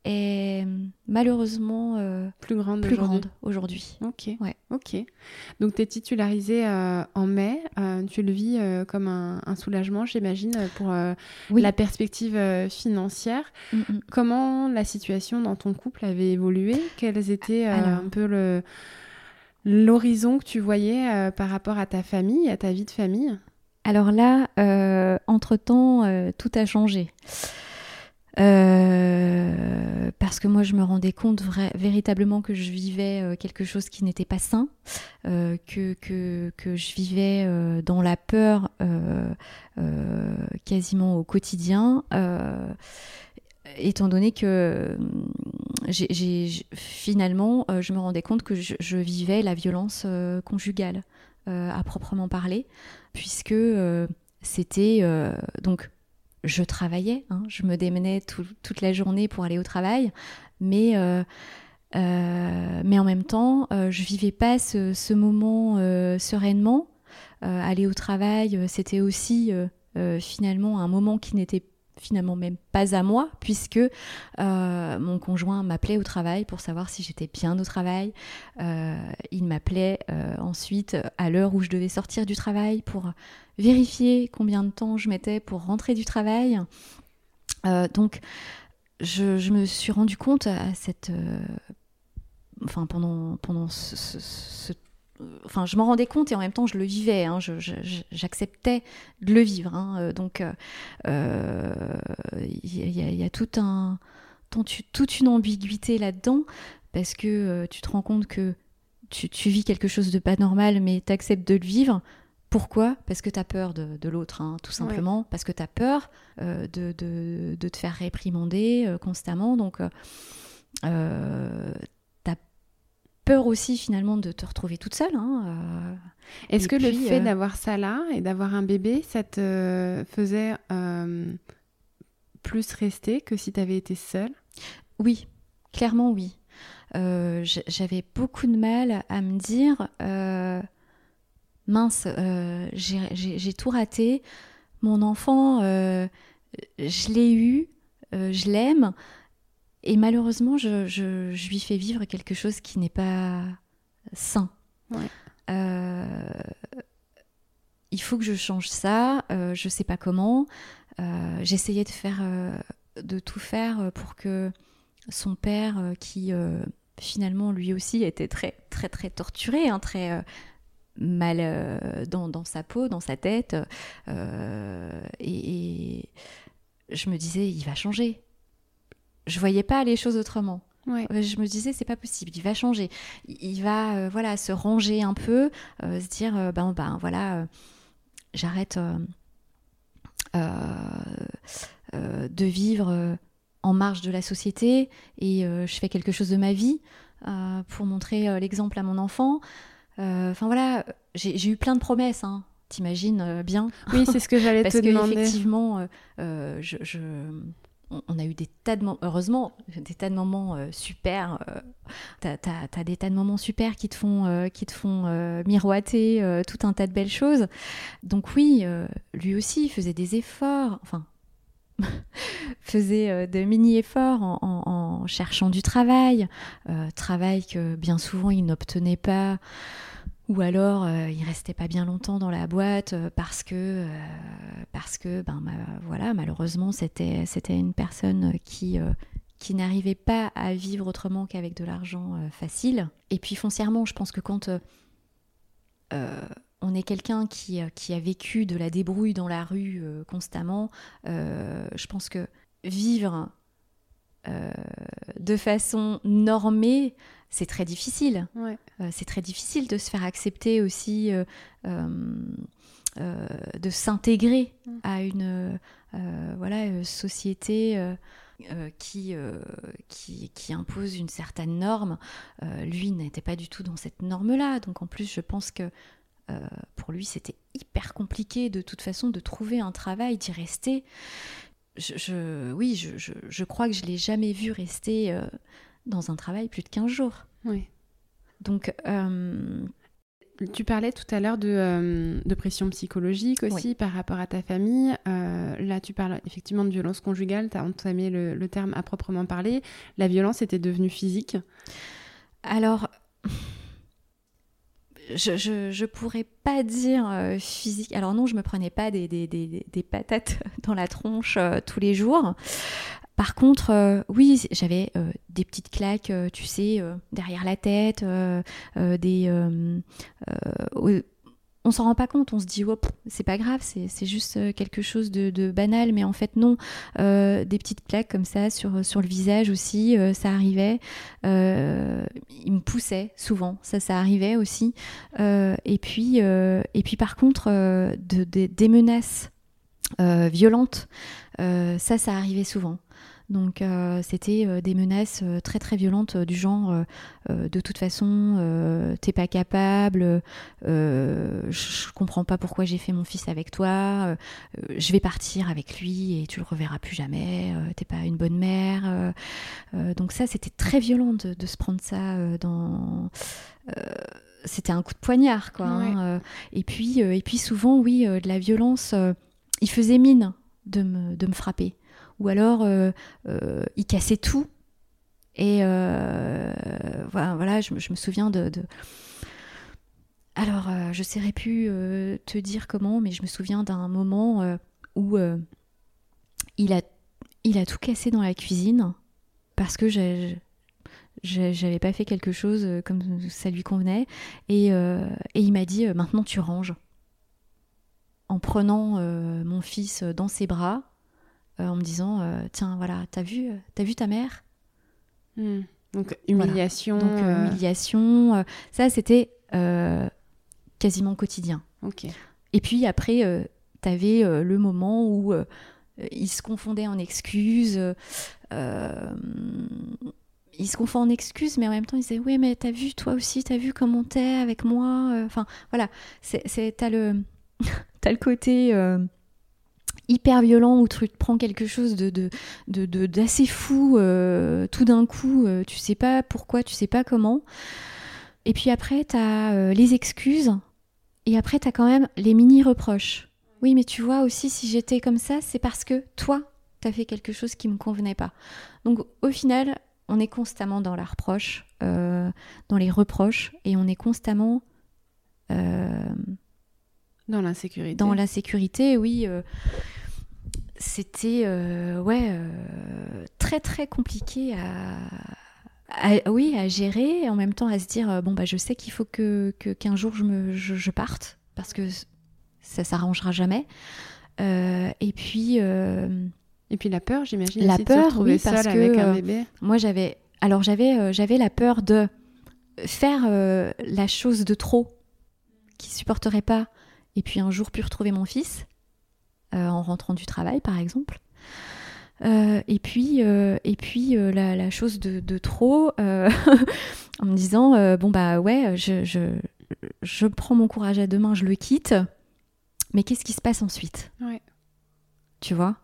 est malheureusement euh, plus grande plus aujourd'hui. grande aujourd'hui. Ok. Ouais. Ok. Donc tu es titularisée euh, en mai. Euh, tu le vis euh, comme un, un soulagement, j'imagine, pour euh, Oui. la perspective euh, financière. Mm-mm. Comment la situation dans ton couple avait évolué? Quels étaient euh, Alors... un peu le, l'horizon que tu voyais euh, par rapport à ta famille, à ta vie de famille? Alors là, euh, entre-temps, euh, tout a changé. Euh, parce que moi, je me rendais compte vra- véritablement que je vivais euh, quelque chose qui n'était pas sain, euh, que, que, que je vivais euh, dans la peur euh, euh, quasiment au quotidien, euh, étant donné que j'ai, j'ai, finalement, euh, je me rendais compte que je, je vivais la violence euh, conjugale euh, à proprement parler, puisque euh, c'était euh, donc je travaillais, hein, je me démenais tout, toute la journée pour aller au travail, mais euh, euh, mais en même temps, euh, je vivais pas ce, ce moment euh, sereinement. Euh, aller au travail, c'était aussi euh, euh, finalement un moment qui n'était finalement même pas à moi, puisque euh, mon conjoint m'appelait au travail pour savoir si j'étais bien au travail. Euh, il m'appelait euh, ensuite à l'heure où je devais sortir du travail pour vérifier combien de temps je mettais pour rentrer du travail. Euh, donc, je, je me suis rendu compte à cette... Euh, enfin, pendant, pendant ce... ce, ce Enfin, je m'en rendais compte et en même temps, je le vivais. Hein, je, je, j'acceptais de le vivre. Hein, donc, il euh, y, y, y a tout un, toute une ambiguïté là-dedans parce que euh, tu te rends compte que tu, tu vis quelque chose de pas normal, mais tu acceptes de le vivre. Pourquoi ? Parce que tu as peur de, de l'autre, hein, tout simplement. Ouais. Parce que tu as peur euh, de, de, de te faire réprimander euh, constamment. Donc, euh, tu as peur aussi, finalement, de te retrouver toute seule. Hein, euh, Est-ce que puis, le fait euh... d'avoir ça là et d'avoir un bébé, ça te faisait euh, plus rester que si tu avais été seule ? Oui, clairement oui. Euh, j'avais beaucoup de mal à me dire... Euh, mince, euh, j'ai, j'ai, j'ai tout raté. Mon enfant, euh, je l'ai eu, euh, je l'aime. Et malheureusement, je, je, je lui fais vivre quelque chose qui n'est pas sain. Ouais. Euh, il faut que je change ça. Euh, je ne sais pas comment. Euh, j'essayais de, faire, euh, de tout faire pour que son père, euh, qui euh, finalement lui aussi était très, très, très torturé, hein, très... Euh, mal euh, dans, dans sa peau, dans sa tête. Euh, et, et je me disais, il va changer. Je voyais pas les choses autrement. Ouais. Je me disais, c'est pas possible, il va changer. Il va euh, voilà, se ranger un peu, euh, se dire, euh, ben, ben voilà, euh, j'arrête euh, euh, de vivre euh, en marge de la société et euh, je fais quelque chose de ma vie euh, pour montrer euh, l'exemple à mon enfant. Enfin euh, voilà, j'ai, j'ai eu plein de promesses, hein, t'imagines euh, bien. Oui, c'est ce que j'allais te demander. Parce qu'effectivement, euh, euh, je, je, on, on a eu des tas de moments, heureusement, des tas de moments euh, super. Euh, t'as, t'as, t'as des tas de moments super qui te font, euh, qui te font euh, miroiter euh, tout un tas de belles choses. Donc oui, euh, lui aussi faisait des efforts, enfin, faisait euh, de mini-efforts en, en, en cherchant du travail, euh, travail que bien souvent il n'obtenait pas. Ou alors, euh, il restait pas bien longtemps dans la boîte euh, parce que, euh, parce que ben, ma, voilà, malheureusement, c'était, c'était une personne qui, euh, qui n'arrivait pas à vivre autrement qu'avec de l'argent euh, facile. Et puis, foncièrement, je pense que quand euh, euh, on est quelqu'un qui, qui a vécu de la débrouille dans la rue euh, constamment, euh, je pense que vivre euh, de façon normée, c'est très difficile. Ouais. Euh, c'est très difficile de se faire accepter aussi, euh, euh, euh, de s'intégrer mmh. à une euh, voilà, société euh, euh, qui, euh, qui, qui impose une certaine norme. Euh, lui n'était pas du tout dans cette norme-là. Donc en plus, je pense que euh, pour lui, c'était hyper compliqué de toute façon de trouver un travail, d'y rester. Je, je, oui, je, je, je crois que je ne l'ai jamais vu rester euh, dans un travail plus de quinze jours. Oui. Donc, euh, Tu parlais tout à l'heure de, euh, de pression psychologique aussi, oui, par rapport à ta famille. Euh, là, tu parles effectivement de violence conjugale. Tu as entamé le, le terme à proprement parler. La violence était devenue physique? Alors, je, je, je pourrais pas dire euh, physique. Alors non, je me prenais pas des, des, des, des patates dans la tronche euh, tous les jours. Par contre, euh, oui, j'avais euh, des petites claques, euh, tu sais, euh, derrière la tête, euh, euh, des... Euh, euh, on s'en rend pas compte, on se dit, oh, pff, c'est pas grave, c'est, c'est juste quelque chose de, de banal, mais en fait non. Euh, des petites claques comme ça sur, sur le visage aussi, euh, ça arrivait. Euh, il me poussait souvent, ça, ça arrivait aussi. Euh, et, puis, euh, et puis par contre, euh, de, de, des menaces euh, violentes, euh, ça, ça arrivait souvent. Donc euh, c'était euh, des menaces euh, très très violentes euh, du genre euh, euh, de toute façon euh, t'es pas capable, euh, je comprends pas pourquoi j'ai fait mon fils avec toi, euh, je vais partir avec lui et tu le reverras plus jamais, euh, t'es pas une bonne mère. Euh, euh, donc ça c'était très violent de, de se prendre ça euh, dans... Euh, c'était un coup de poignard quoi. Ouais. Hein, euh, et, puis, euh, et puis souvent oui euh, de la violence, euh, il faisait mine de me, de me frapper. Ou alors, euh, euh, il cassait tout. Et euh, voilà, voilà je, je me souviens de... de... Alors, euh, je ne saurais plus euh, te dire comment, mais je me souviens d'un moment euh, où euh, il, a, il a tout cassé dans la cuisine parce que j'ai, j'ai, j'avais pas fait quelque chose comme ça lui convenait. Et, euh, et il m'a dit, maintenant tu ranges. En prenant euh, mon fils dans ses bras, Euh, en me disant euh, tiens voilà t'as vu t'as vu ta mère. mmh. Donc humiliation voilà. Donc euh, euh... humiliation euh, ça c'était euh, quasiment quotidien. Okay. Et puis après euh, t'avais euh, le moment où euh, il se confondait en excuses euh, il se confond en excuses mais en même temps il disait oui mais t'as vu toi aussi t'as vu comment t'es avec moi enfin euh, voilà c'est, c'est t'as le t'as le côté euh, hyper violent où tu te prends quelque chose de, de, de, de, d'assez fou euh, tout d'un coup, euh, tu sais pas pourquoi, tu sais pas comment. Et puis après, t'as euh, les excuses et après, t'as quand même les mini-reproches. Oui, mais tu vois aussi, si j'étais comme ça, c'est parce que toi, t'as fait quelque chose qui me convenait pas. Donc au final, on est constamment dans la reproche, euh, dans les reproches et on est constamment... Euh, Dans l'insécurité. Dans l'insécurité, oui. Euh, c'était euh, ouais, euh, très très compliqué à, à, oui, à gérer et en même temps à se dire, euh, bon, bah, je sais qu'il faut que, que, qu'un jour je, me, je, je parte parce que ça ne s'arrangera jamais. Euh, et puis... Euh, et puis la peur, j'imagine. La aussi peur, de se retrouver oui, seule parce avec que un euh, bébé. moi, j'avais... Alors, j'avais, euh, j'avais la peur de faire euh, la chose de trop qui ne supporterait pas et puis un jour plus retrouver mon fils euh, en rentrant du travail par exemple euh, et puis, euh, et puis euh, la, la chose de, de trop euh, en me disant euh, bon bah ouais je, je, je prends mon courage à deux mains, je le quitte mais qu'est-ce qui se passe ensuite ouais. Tu vois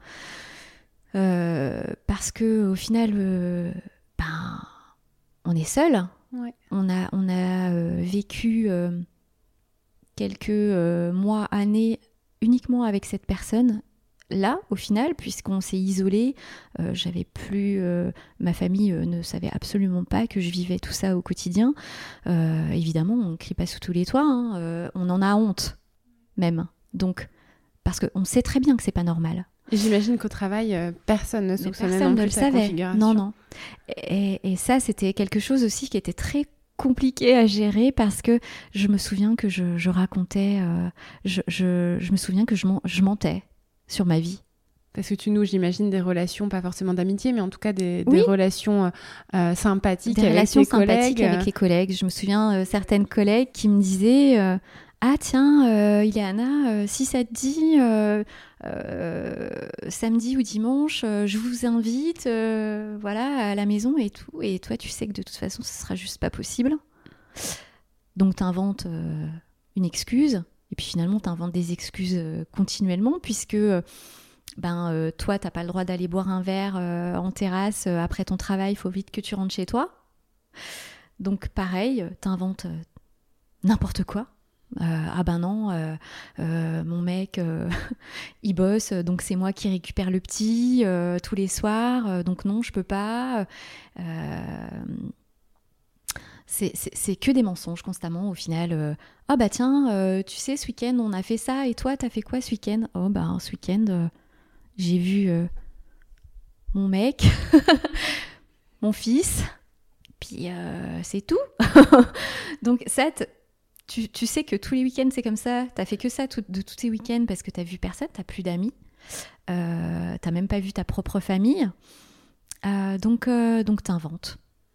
euh, parce que au final euh, ben on est seul ouais. on a, on a euh, vécu euh, quelques euh, mois, années uniquement avec cette personne. Là, au final, puisqu'on s'est isolé, euh, j'avais plus... Euh, ma famille euh, ne savait absolument pas que je vivais tout ça au quotidien. Euh, évidemment, on ne crie pas sous tous les toits. Hein, euh, on en a honte, même. Donc, parce qu'on sait très bien que c'est pas normal. Et j'imagine qu'au travail, euh, personne ne soupçonnait personne non ne plus le ta savait. configuration. Non, non. Et, et ça, c'était quelque chose aussi qui était très compliqué à gérer parce que je me souviens que je, je racontais, euh, je, je, je me souviens que je, men- je mentais sur ma vie. Parce que tu noues, j'imagine, des relations, pas forcément d'amitié, mais en tout cas des, oui. des relations euh, sympathiques des avec relations tes sympathiques collègues. avec les collègues. Je me souviens euh, certaines collègues qui me disaient euh, ah tiens, euh, Ileana, euh, si ça te dit, euh, euh, samedi ou dimanche, euh, je vous invite euh, voilà, à la maison et tout. Et toi, tu sais que de toute façon, ce sera juste pas possible. Donc, tu inventes euh, une excuse. Et puis finalement, tu inventes des excuses euh, continuellement puisque euh, ben, euh, toi, tu n'as pas le droit d'aller boire un verre euh, en terrasse euh, après ton travail. Il faut vite que tu rentres chez toi. Donc, pareil, tu inventes euh, n'importe quoi. Euh, ah ben non, euh, euh, mon mec, euh, il bosse, donc c'est moi qui récupère le petit euh, tous les soirs, euh, donc non, je peux pas. Euh, c'est, c'est, c'est que des mensonges constamment au final. Euh, ah bah tiens, euh, tu sais, ce week-end, on a fait ça, et toi, t'as fait quoi ce week-end? Oh bah ce week-end, euh, j'ai vu euh, mon mec, mon fils, puis euh, c'est tout. Donc ça... T- Tu, tu sais que tous les week-ends, c'est comme ça. T'as fait que ça tout, de tous tes week-ends parce que t'as vu personne, t'as plus d'amis. Euh, t'as même pas vu ta propre famille. Euh, donc, euh, donc t'inventes.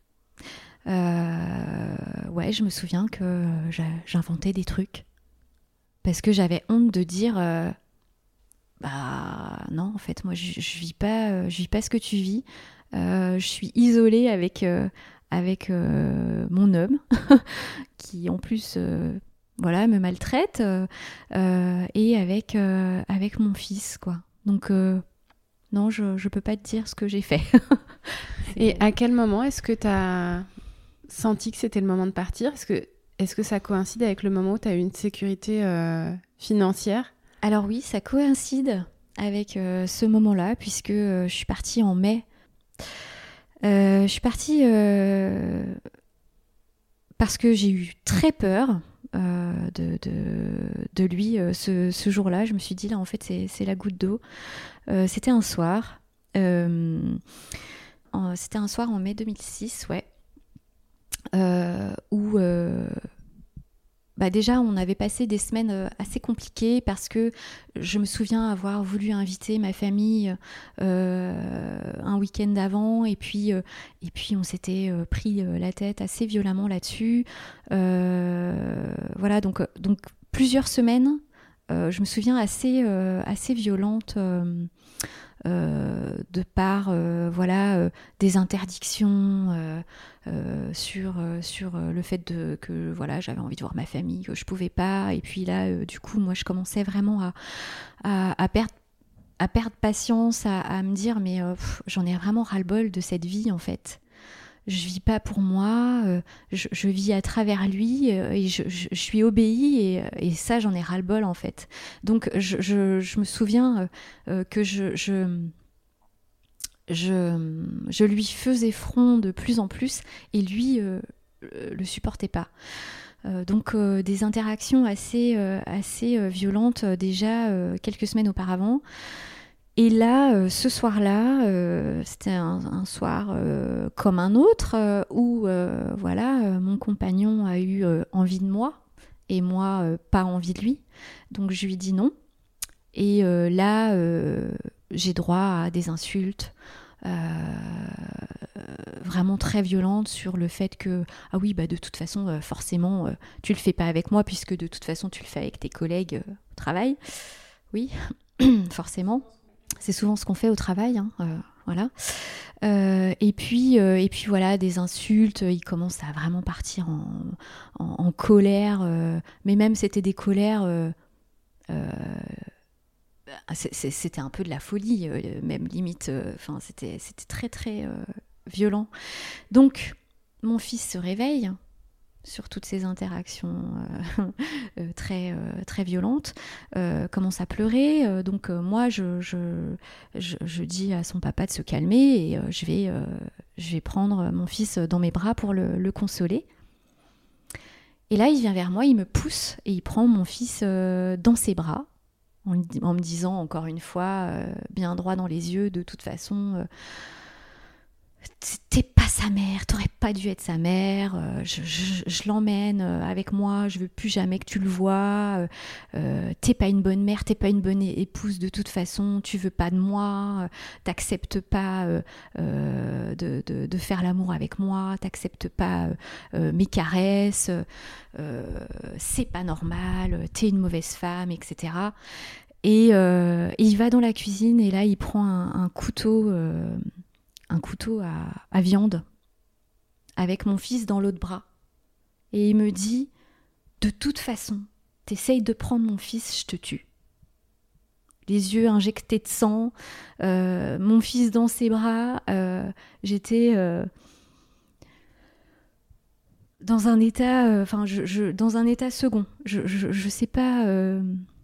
Euh, ouais, je me souviens que j'inventais des trucs. Parce que j'avais honte de dire... Euh, bah non, en fait, moi, je, je vis pas, je vis pas ce que tu vis. Euh, je suis isolée avec... Euh, avec euh, mon homme, qui en plus euh, voilà, me maltraite, euh, euh, et avec, euh, avec mon fils, quoi. Donc, euh, non, je ne peux pas te dire ce que j'ai fait. Et à quel moment est-ce que tu as senti que c'était le moment de partir? Est-ce que, est-ce que ça coïncide avec le moment où tu as eu une sécurité euh, financière? Alors oui, ça coïncide avec euh, ce moment-là, puisque euh, je suis partie en mai. Euh, je suis partie euh, parce que j'ai eu très peur euh, de, de, de lui euh, ce, ce jour-là. Je me suis dit, là, en fait, c'est, c'est la goutte d'eau. Euh, c'était un soir. Euh, en, c'était un soir en mai deux mille six, ouais. Euh, où... Euh, Bah déjà, on avait passé des semaines assez compliquées parce que je me souviens avoir voulu inviter ma famille euh, un week-end avant et puis, euh, et puis on s'était pris la tête assez violemment là-dessus. Euh, voilà, donc, donc plusieurs semaines, euh, je me souviens assez, euh, assez violentes. Euh, Euh, de par euh, voilà, euh, des interdictions euh, euh, sur, euh, sur le fait de, que voilà, j'avais envie de voir ma famille, que je pouvais pas. Et puis là, euh, du coup, moi, je commençais vraiment à, à, à perdre à perdre patience, à, à me dire mais euh, pff, j'en ai vraiment ras-le-bol de cette vie en fait. Je vis pas pour moi, euh, je, je vis à travers lui euh, et je, je, je suis obéie et, et ça j'en ai ras-le-bol en fait. Donc je, je, je me souviens euh, que je, je, je, je lui faisais front de plus en plus et lui euh, le supportait pas. Euh, donc euh, des interactions assez, euh, assez euh, violentes euh, déjà euh, quelques semaines auparavant. Et là, euh, ce soir-là, euh, c'était un, un soir euh, comme un autre, euh, où euh, voilà, euh, mon compagnon a eu euh, envie de moi, et moi, euh, pas envie de lui. Donc je lui dis non. Et euh, là, euh, j'ai droit à des insultes euh, vraiment très violentes sur le fait que, ah oui, bah, de toute façon, euh, forcément, euh, tu le fais pas avec moi, puisque de toute façon, tu le fais avec tes collègues euh, au travail. Oui, forcément. C'est souvent ce qu'on fait au travail, hein, euh, voilà. Euh, et puis, euh, et puis voilà, des insultes. Il commence à vraiment partir en, en, en colère, euh, mais même c'était des colères. Euh, euh, c'est, c'est, c'était un peu de la folie, euh, même limite. Enfin, euh, c'était, c'était très très euh, violent. Donc, mon fils se réveille sur toutes ces interactions euh, euh, très, euh, très violentes, euh, commence à pleurer. Euh, donc euh, moi, je, je, je, je dis à son papa de se calmer et euh, je, vais, euh, je vais prendre mon fils dans mes bras pour le, le consoler. Et là, il vient vers moi, il me pousse et il prend mon fils euh, dans ses bras, en, en me disant encore une fois, euh, bien droit dans les yeux, de toute façon... Euh, t'es pas sa mère, t'aurais pas dû être sa mère, euh, je, je, je l'emmène avec moi, je veux plus jamais que tu le vois, euh, t'es pas une bonne mère, t'es pas une bonne épouse de toute façon, tu veux pas de moi, t'acceptes pas euh, euh, de, de, de faire l'amour avec moi, t'acceptes pas euh, mes caresses, euh, c'est pas normal, t'es une mauvaise femme, et cetera. Et, euh, et il va dans la cuisine et là il prend un, un couteau... Euh, un couteau à, à viande avec mon fils dans l'autre bras. Et il me dit, de toute façon, t'essayes de prendre mon fils, je te tue. Les yeux injectés de sang, euh, mon fils dans ses bras, euh, j'étais... Euh... dans un état, enfin, euh, je, je, dans un état second. Je, je, je sais pas. Euh...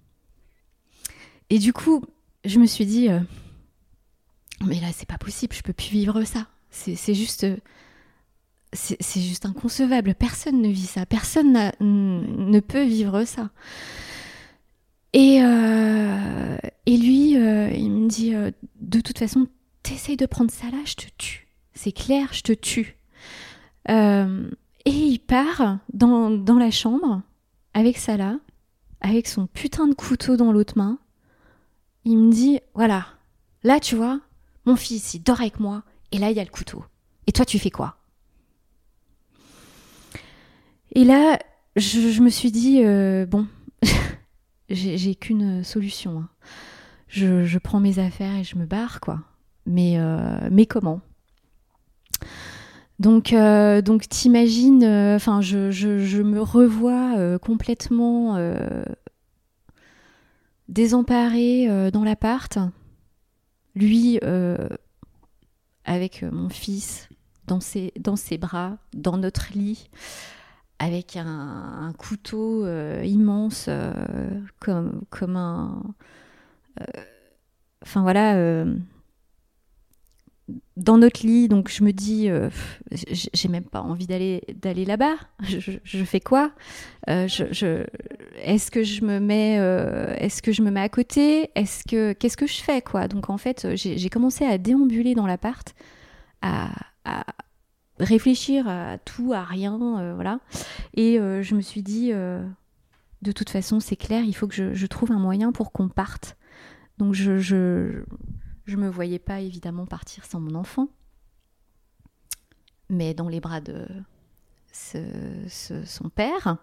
Et du coup, je me suis dit, euh, mais là, c'est pas possible. Je peux plus vivre ça. C'est, c'est juste. Euh... C'est, c'est juste inconcevable. Personne ne vit ça. Personne n'a, n- ne peut vivre ça. Et, euh, et lui, euh, il me dit, euh, de toute façon, t'essayes de prendre ça là, je te tue. C'est clair, je te tue. Euh, et il part dans, dans la chambre avec ça là, avec son putain de couteau dans l'autre main. Il me dit, voilà, là tu vois, mon fils, il dort avec moi, et là il y a le couteau. Et toi, tu fais quoi ? Et là, je, je me suis dit, euh, bon, j'ai, j'ai qu'une solution. Hein. Je, je prends mes affaires et je me barre, quoi. Mais, euh, mais comment ? Donc, euh, donc t'imagines, enfin, euh, je, je, je me revois euh, complètement euh, désemparée euh, dans l'appart. Lui, euh, avec mon fils dans ses, dans ses bras, dans notre lit, avec un, un couteau euh, immense, euh, comme, comme un... Enfin, euh, voilà... Euh, dans notre lit, donc je me dis, euh, j'ai même pas envie d'aller d'aller là-bas. Je, je, je fais quoi euh, je, je, Est-ce que je me mets, euh, est-ce que je me mets à côté Est-ce que qu'est-ce que je fais quoi Donc en fait, j'ai, j'ai commencé à déambuler dans l'appart, à, à réfléchir à tout, à rien, euh, voilà. Et euh, je me suis dit, euh, de toute façon, c'est clair, il faut que je, je trouve un moyen pour qu'on parte. Donc je, je Je ne me voyais pas évidemment partir sans mon enfant, mais dans les bras de ce, ce, son père.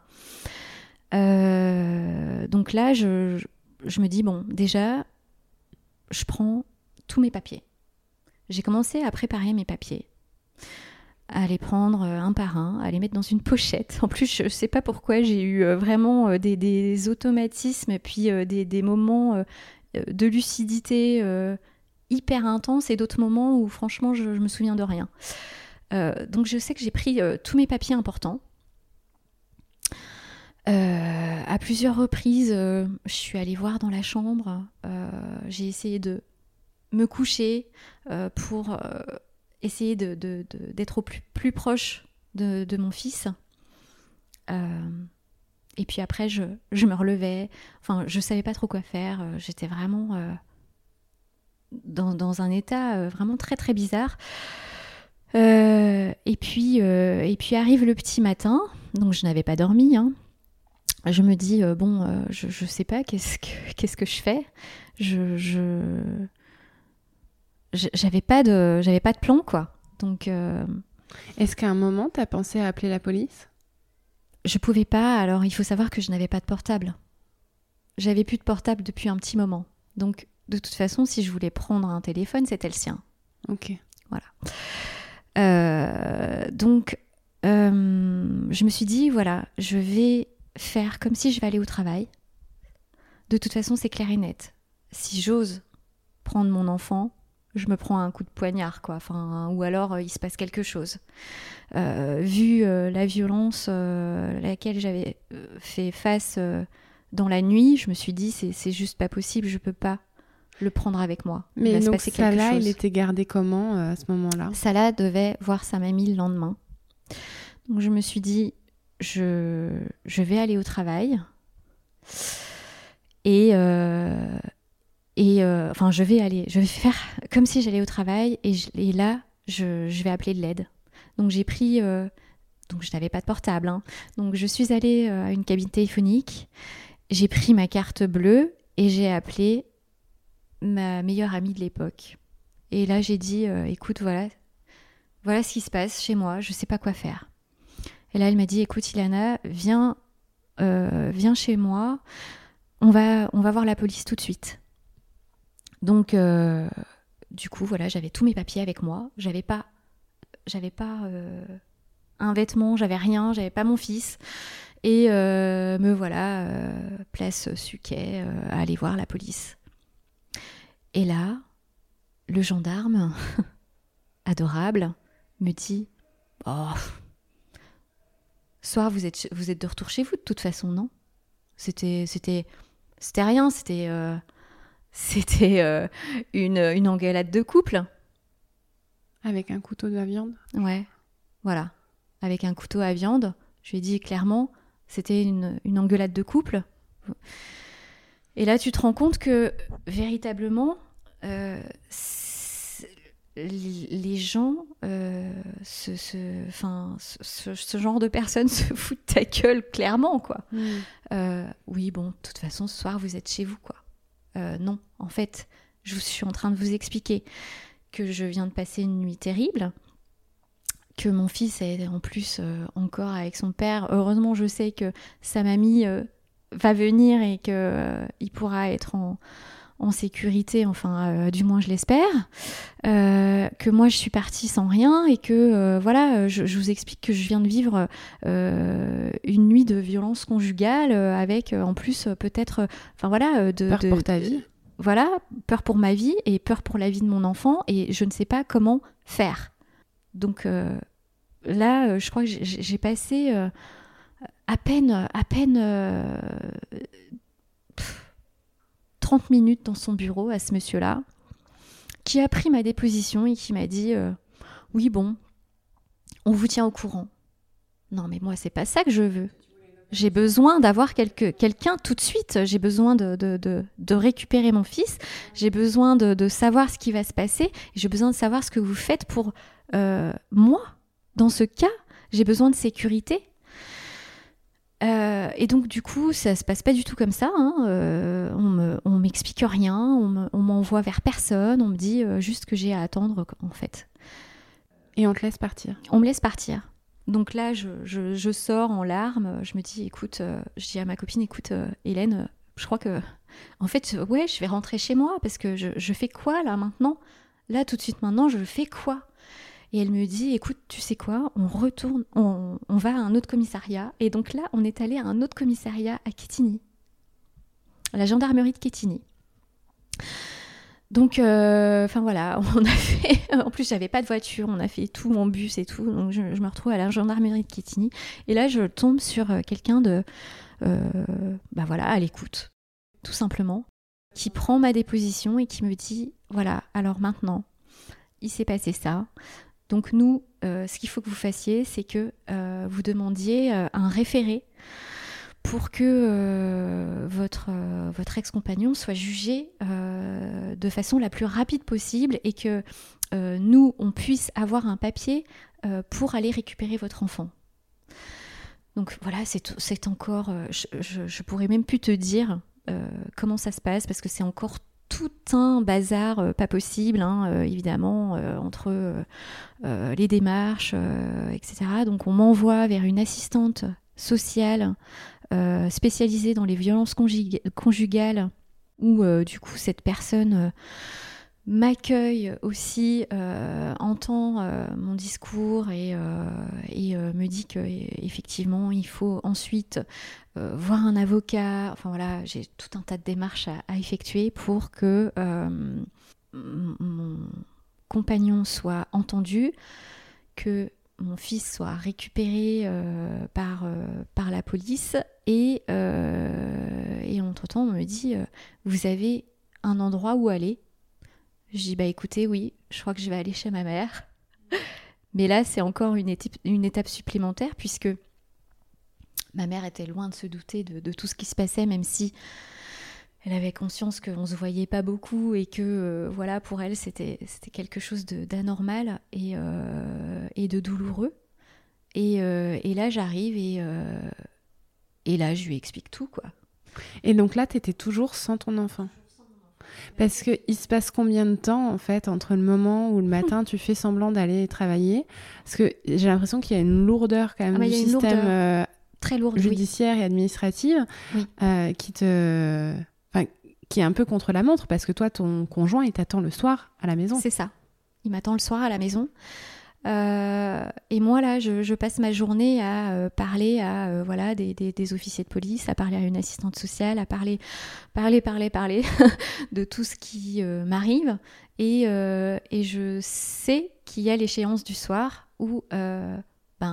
Euh, donc là, je, je, je me dis, bon, déjà, je prends tous mes papiers. J'ai commencé à préparer mes papiers, à les prendre un par un, à les mettre dans une pochette. En plus, je ne sais pas pourquoi, j'ai eu vraiment des, des automatismes, puis des, des moments de lucidité euh, hyper intense et d'autres moments où franchement je, je me souviens de rien. Euh, donc je sais que j'ai pris euh, tous mes papiers importants. Euh, à plusieurs reprises, euh, je suis allée voir dans la chambre. Euh, j'ai essayé de me coucher euh, pour euh, essayer de, de, de, d'être au plus, plus proche de, de mon fils. Euh, et puis après, je, je me relevais. Enfin, je savais pas trop quoi faire. J'étais vraiment... Euh, Dans, dans un état euh, vraiment très très bizarre. Euh, et, puis, euh, et puis arrive le petit matin, donc je n'avais pas dormi. Hein. Je me dis, euh, bon, euh, je, je sais pas, qu'est-ce que, qu'est-ce que je fais je, je, j'avais pas de, j'avais pas de plan, quoi. Donc, euh, est-ce qu'à un moment, tu as pensé à appeler la police ? Je pouvais pas, alors il faut savoir que je n'avais pas de portable. J'avais plus de portable depuis un petit moment. Donc, de toute façon, si je voulais prendre un téléphone, c'était le sien. Ok. Voilà. Euh, donc, euh, je me suis dit, voilà, je vais faire comme si je vais aller au travail. De toute façon, c'est clair et net. Si j'ose prendre mon enfant, je me prends un coup de poignard, quoi. Enfin, ou alors, euh, il se passe quelque chose. Euh, vu euh, la violence euh, à laquelle j'avais euh, fait face euh, dans la nuit, je me suis dit, c'est, c'est juste pas possible, je peux pas le prendre avec moi. Mais il va donc se passer quelque Salah, chose. il était gardé comment euh, à ce moment-là ? Salah devait voir sa mamie le lendemain. Donc je me suis dit, je, je vais aller au travail. Et, euh, et euh, enfin, je vais aller, je vais faire comme si j'allais au travail. Et, je, et là, je, je vais appeler de l'aide. Donc j'ai pris, euh, donc je n'avais pas de portable. Hein. Donc je suis allée euh, à une cabine téléphonique. J'ai pris ma carte bleue et j'ai appelé ma meilleure amie de l'époque. Et là, j'ai dit, euh, écoute, voilà, voilà ce qui se passe chez moi, je sais pas quoi faire. Et là, elle m'a dit, écoute, Ilana, viens, euh, viens chez moi, on va, on va voir la police tout de suite. Donc, euh, du coup, voilà, j'avais tous mes papiers avec moi, j'avais pas, j'avais pas euh, un vêtement, j'avais rien, j'avais pas mon fils. Et euh, me voilà, euh, place Suquet, euh, à aller voir la police. Et là, le gendarme, adorable, me dit « Oh, Ce soir, vous êtes, vous êtes de retour chez vous, de toute façon, non ? C'était, c'était, c'était rien, c'était, euh, c'était euh, une, une engueulade de couple. Avec un couteau de la viande ? Ouais, voilà. Avec un couteau à viande. Je lui ai dit clairement, c'était une, une engueulade de couple. Et là, tu te rends compte que, véritablement, euh, les gens, euh, ce, ce, enfin, ce, ce genre de personnes se foutent de ta gueule, clairement, quoi. Mmh. Euh, oui, bon, de toute façon, ce soir, vous êtes chez vous, quoi. Euh, non, en fait, je suis en train de vous expliquer que je viens de passer une nuit terrible, que mon fils est en plus euh, encore avec son père. Heureusement, je sais que sa mamie euh, va venir et qu'il euh, pourra être en, en sécurité, enfin, euh, du moins je l'espère. Euh, que moi, je suis partie sans rien et que, euh, voilà, je, je vous explique que je viens de vivre euh, une nuit de violence conjugale euh, avec, euh, en plus, euh, peut-être, enfin, euh, voilà... De, peur de, pour ta vie. Voilà, peur pour ma vie et peur pour la vie de mon enfant et je ne sais pas comment faire. Donc euh, là, euh, je crois que j'ai, j'ai passé euh, à peine, à peine euh, pff, trente minutes dans son bureau à ce monsieur-là, qui a pris ma déposition et qui m'a dit euh, « Oui, bon, on vous tient au courant. » Non, mais moi, c'est pas ça que je veux. J'ai besoin d'avoir quelque, quelqu'un tout de suite. J'ai besoin de, de, de, de récupérer mon fils. J'ai besoin de, de savoir ce qui va se passer. J'ai besoin de savoir ce que vous faites pour euh, moi. Dans ce cas, j'ai besoin de sécurité. Euh, et donc, du coup, ça se passe pas du tout comme ça. Hein. Euh, on me, on m'explique rien. On, me, on m'envoie vers personne. On me dit euh, juste que j'ai à attendre, en fait. Et on te laisse partir. On me laisse partir. Donc là, je, je, je sors en larmes, je me dis, écoute, euh, je dis à ma copine, écoute, euh, Hélène, euh, je crois que, en fait, euh, ouais, je vais rentrer chez moi, parce que je, je fais quoi, là, maintenant ? Là, tout de suite, maintenant, je fais quoi ? Et elle me dit, écoute, tu sais quoi ? On retourne, on, on va à un autre commissariat. Et donc là, on est allé à un autre commissariat à Quetigny, à la gendarmerie de Quetigny. Donc, enfin euh, voilà, on a fait... En plus, j'avais pas de voiture, on a fait tout en bus et tout. Donc, je, je me retrouve à la gendarmerie de Quetigny. Et là, je tombe sur quelqu'un de... Euh, bah voilà, à l'écoute, tout simplement, qui prend ma déposition et qui me dit, voilà, alors maintenant, il s'est passé ça. Donc nous, euh, ce qu'il faut que vous fassiez, c'est que euh, vous demandiez euh, un référé pour que euh, votre, euh, votre ex-compagnon soit jugé euh, de façon la plus rapide possible et que euh, nous, on puisse avoir un papier euh, pour aller récupérer votre enfant. Donc voilà, c'est, c'est encore... Euh, je, je, je pourrais même plus te dire euh, comment ça se passe parce que c'est encore tout un bazar euh, pas possible, hein, euh, évidemment, euh, entre euh, euh, les démarches, euh, et cetera. Donc on m'envoie vers une assistante sociale Euh, spécialisée dans les violences conjug- conjugales où euh, du coup cette personne euh, m'accueille aussi, euh, entend euh, mon discours et, euh, et euh, me dit qu'effectivement il faut ensuite euh, voir un avocat. Enfin voilà, j'ai tout un tas de démarches à, à effectuer pour que euh, mon compagnon soit entendu, que mon fils soit récupéré euh, par, euh, par la police et, euh, et entre-temps on me dit euh, vous avez un endroit où aller ? Je dis bah écoutez oui, je crois que je vais aller chez ma mère. Mais là c'est encore une étape, une étape supplémentaire puisque ma mère était loin de se douter de, de tout ce qui se passait, même si elle avait conscience qu'on ne se voyait pas beaucoup et que euh, voilà, pour elle, c'était, c'était quelque chose de, d'anormal et, euh, et de douloureux. Et, euh, et là, j'arrive et, euh, et là, je lui explique tout, quoi. Et donc là, tu étais toujours sans ton enfant ? Parce qu'il se passe combien de temps, en fait, entre le moment où le matin, tu fais semblant d'aller travailler ? Parce que j'ai l'impression qu'il y a une lourdeur quand même ah, du système euh, très lourde, judiciaire oui. et administrative oui. euh, qui te... qui est un peu contre la montre, parce que toi, ton conjoint, il t'attend le soir à la maison. C'est ça. Il m'attend le soir à la maison. Euh, et moi, là, je, je passe ma journée à euh, parler à euh, voilà, des, des, des officiers de police, à parler à une assistante sociale, à parler, parler, parler, parler de tout ce qui euh, m'arrive. Et, euh, et je sais qu'il y a l'échéance du soir où euh, ben,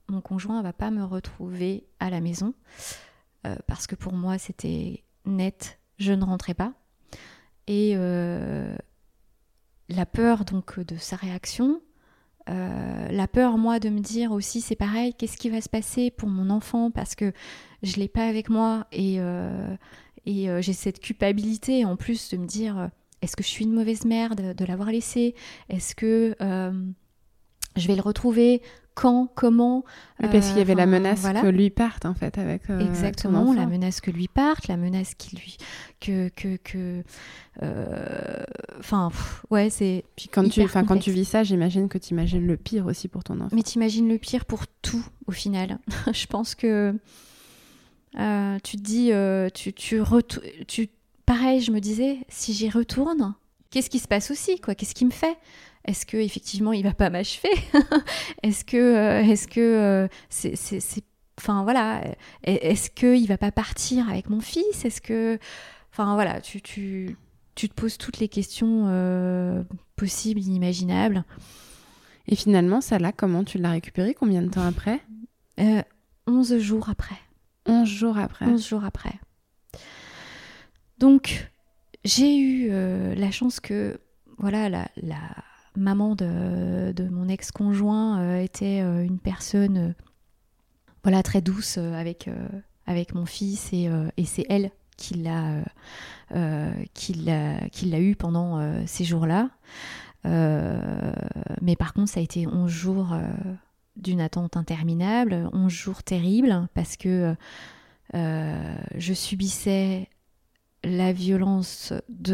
mon conjoint va pas me retrouver à la maison euh, parce que pour moi c'était net, je ne rentrais pas. Et euh, la peur donc de sa réaction, euh, la peur moi de me dire aussi c'est pareil, qu'est-ce qui va se passer pour mon enfant parce que je l'ai pas avec moi et, euh, et euh, j'ai cette culpabilité en plus de me dire euh, est-ce que je suis une mauvaise mère de, de l'avoir laissé, est-ce que euh, je vais le retrouver, quand, comment. Oui, parce qu'il y avait euh, la menace voilà. que lui parte en fait avec euh, Exactement, ton enfant. la menace que lui parte, la menace qui lui que que que enfin euh, ouais, c'est puis quand tu enfin quand tu complexe. vis ça, j'imagine que tu imagines le pire aussi pour ton enfant. Mais t'imagines le pire pour tout au final. Je pense que euh, tu te dis euh, tu tu, retou- tu pareil, je me disais si j'y retourne, qu'est-ce qui se passe aussi quoi, qu'est-ce qui me fait? Est-ce que effectivement il va pas m'achever? Est-ce que euh, est-ce que euh, c'est, c'est, c'est enfin voilà, est-ce que il va pas partir avec mon fils? Est-ce que enfin voilà, tu tu tu te poses toutes les questions euh, possibles, inimaginables. Et finalement, ça là, comment tu l'as récupéré? Combien de temps après? euh, onze jours après. onze jours après. onze jours après. Donc j'ai eu euh, la chance que voilà la, la maman de, de mon ex-conjoint euh, était euh, une personne euh, voilà, très douce euh, avec, euh, avec mon fils et, euh, et c'est elle qui l'a, euh, euh, qui l'a, qui l'a eu pendant euh, ces jours-là. Euh, mais par contre, ça a été onze jours euh, d'une attente interminable, onze jours terribles parce que euh, je subissais la violence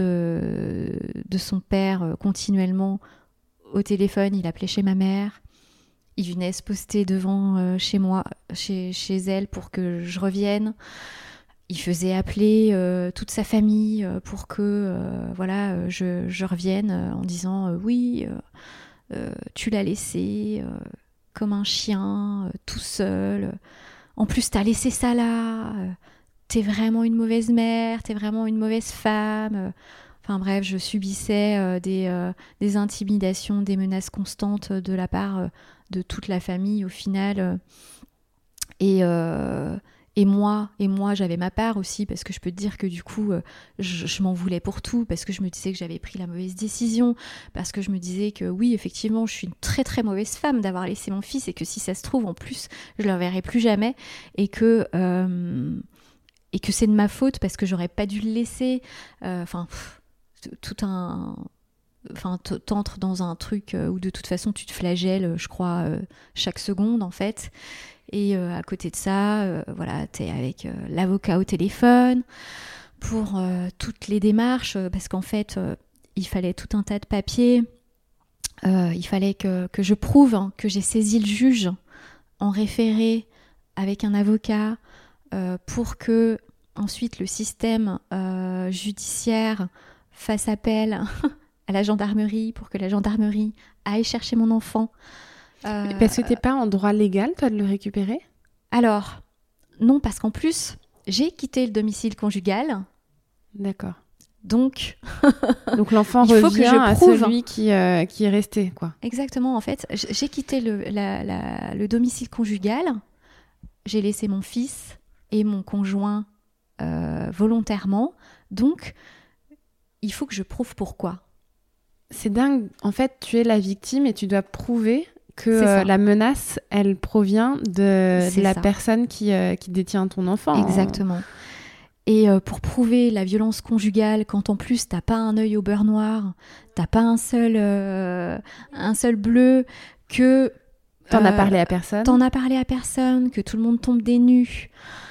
de, de son père continuellement au téléphone. Il appelait chez ma mère, il venait se poster devant euh, chez moi, chez, chez elle pour que je revienne. Il faisait appeler euh, toute sa famille euh, pour que euh, voilà, euh, je, je revienne euh, en disant euh, oui, euh, euh, tu l'as laissé euh, comme un chien, euh, tout seul. En plus, t'as laissé ça là. Euh, t'es vraiment une mauvaise mère, t'es vraiment une mauvaise femme. Enfin bref, je subissais euh, des, euh, des intimidations, des menaces constantes de la part euh, de toute la famille au final. Et, euh, et moi, et moi j'avais ma part aussi parce que je peux te dire que du coup, euh, je, je m'en voulais pour tout parce que je me disais que j'avais pris la mauvaise décision, parce que je me disais que oui, effectivement, je suis une très très mauvaise femme d'avoir laissé mon fils et que si ça se trouve, en plus, je le reverrai plus jamais et que... Euh, et que c'est de ma faute parce que j'aurais pas dû le laisser. Enfin, euh, tout un... Enfin, t'entres dans un truc où de toute façon tu te flagelles, je crois, euh, chaque seconde en fait. Et euh, à côté de ça, euh, voilà, t'es avec euh, l'avocat au téléphone pour euh, toutes les démarches, parce qu'en fait, euh, il fallait tout un tas de papiers. Euh, il fallait que, que je prouve hein, que j'ai saisi le juge en référé avec un avocat euh, pour que ensuite le système euh, judiciaire fasse appel à la gendarmerie pour que la gendarmerie aille chercher mon enfant. Euh, parce que t'es pas en droit légal, toi, de le récupérer ? Alors, non, parce qu'en plus, j'ai quitté le domicile conjugal. D'accord. Donc, Donc l'enfant il faut revient que je à prouve. celui qui, euh, qui est resté, quoi. Exactement, en fait, j'ai quitté le, la, la, le domicile conjugal. J'ai laissé mon fils et mon conjoint euh, volontairement. Donc, il faut que je prouve pourquoi. C'est dingue. En fait, tu es la victime et tu dois prouver que euh, la menace, elle provient de, de la ça. personne qui, euh, qui détient ton enfant. Exactement. Et euh, pour prouver la violence conjugale, quand en plus t'as pas un œil au beurre noir, t'as pas un seul, euh, un seul bleu, que... T'en euh, as parlé à personne. T'en as parlé à personne, que tout le monde tombe des nues.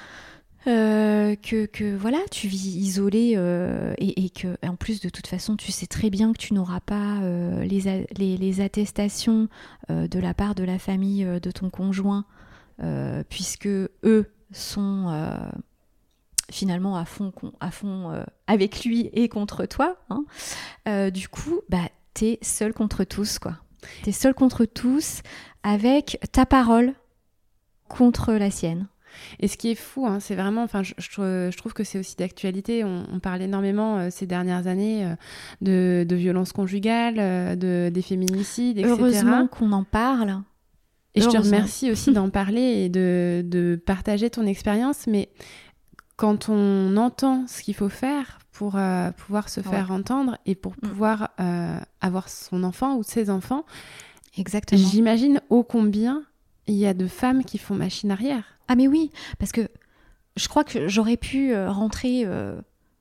Euh, que, que voilà, tu vis isolé euh, et, et que en plus de toute façon tu sais très bien que tu n'auras pas euh, les, a, les, les attestations euh, de la part de la famille euh, de ton conjoint euh, puisque eux sont euh, finalement à fond, à fond euh, avec lui et contre toi hein. euh, du coup bah, t'es seul contre tous quoi. T'es seul contre tous avec ta parole contre la sienne. Et ce qui est fou, hein, c'est vraiment, enfin, je, je, je trouve que c'est aussi d'actualité. On, on parle énormément euh, ces dernières années euh, de, de violences conjugales, euh, de, des féminicides, et cetera. Heureusement qu'on en parle, Et je te remercie aussi d'en parler et de, de partager ton expérience, mais quand on entend ce qu'il faut faire pour euh, pouvoir se faire ouais. entendre et pour pouvoir euh, avoir son enfant ou ses enfants, exactement. J'imagine ô combien il y a de femmes qui font machine arrière. Ah mais oui, parce que je crois que j'aurais pu euh, rentrer euh,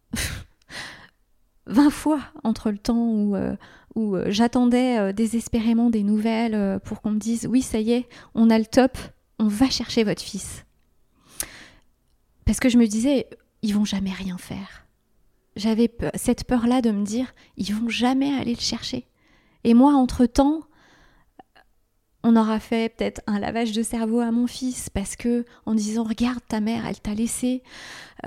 vingt fois entre le temps où, euh, où euh, j'attendais euh, désespérément des nouvelles euh, pour qu'on me dise « Oui, ça y est, on a le top, on va chercher votre fils. » Parce que je me disais « Ils vont jamais rien faire. » J'avais pe- cette peur-là de me dire « Ils vont jamais aller le chercher. » Et moi, entre-temps, on aura fait peut-être un lavage de cerveau à mon fils parce que en disant « Regarde, ta mère, elle t'a laissé. Euh, »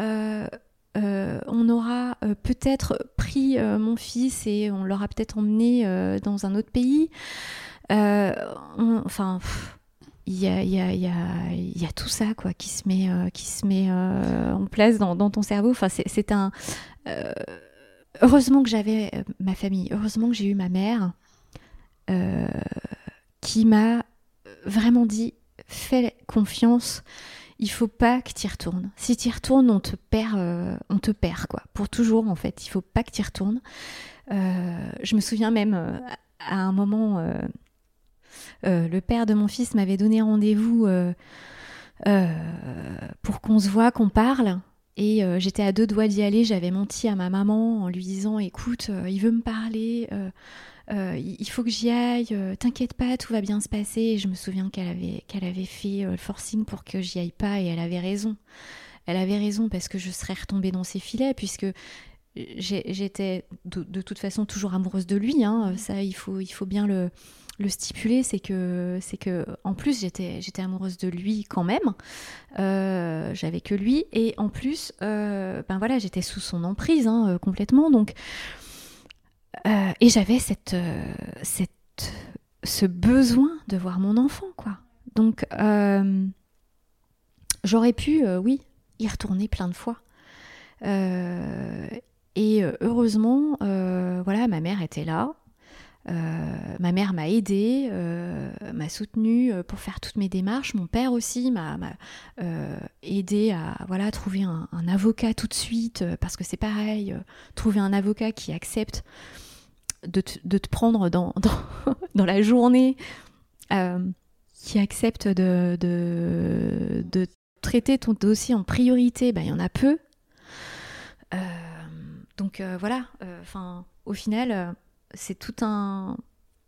Euh, on aura euh, peut-être pris euh, mon fils et on l'aura peut-être emmené euh, dans un autre pays. Euh, on, enfin, il y a, y, a, y, a, y a tout ça quoi, qui se met, euh, qui se met euh, en place dans, dans ton cerveau. Enfin, c'est, c'est un... Euh, heureusement que j'avais euh, ma famille, heureusement que j'ai eu ma mère euh, qui m'a vraiment dit « Fais confiance ». Il faut pas que tu y retournes. Si tu y retournes, on te perd, euh, on te perd quoi. Pour toujours en fait. Il faut pas que tu y retournes. Euh, je me souviens même euh, à un moment, euh, euh, le père de mon fils m'avait donné rendez-vous euh, euh, pour qu'on se voit, qu'on parle. Et euh, j'étais à deux doigts d'y aller. J'avais menti à ma maman en lui disant, écoute, euh, il veut me parler. Euh, Euh, il faut que j'y aille, euh, t'inquiète pas, tout va bien se passer. Et je me souviens qu'elle avait, qu'elle avait fait euh, le forcing pour que j'y aille pas, et elle avait raison. Elle avait raison parce que je serais retombée dans ses filets, puisque j'ai, j'étais de, de toute façon toujours amoureuse de lui. Hein. Ça, il faut, il faut bien le, le stipuler. C'est que, c'est que, en plus, j'étais, j'étais amoureuse de lui quand même. Euh, j'avais que lui, et en plus, euh, ben voilà, j'étais sous son emprise hein, complètement. Donc Euh, et j'avais cette, euh, cette, ce besoin de voir mon enfant, quoi. Donc, euh, j'aurais pu, euh, oui, y retourner plein de fois. Euh, et heureusement, euh, voilà, ma mère était là. Euh, ma mère m'a aidée, euh, m'a soutenue pour faire toutes mes démarches. Mon père aussi m'a, m'a euh, aidée à voilà, trouver un, un avocat tout de suite, parce que c'est pareil, euh, trouver un avocat qui accepte de te, de te prendre dans, dans, dans la journée, euh, qui accepte de, de, de traiter ton dossier en priorité, ben, il y en a peu. Euh, donc euh, voilà, euh, au final, euh, c'est tout un,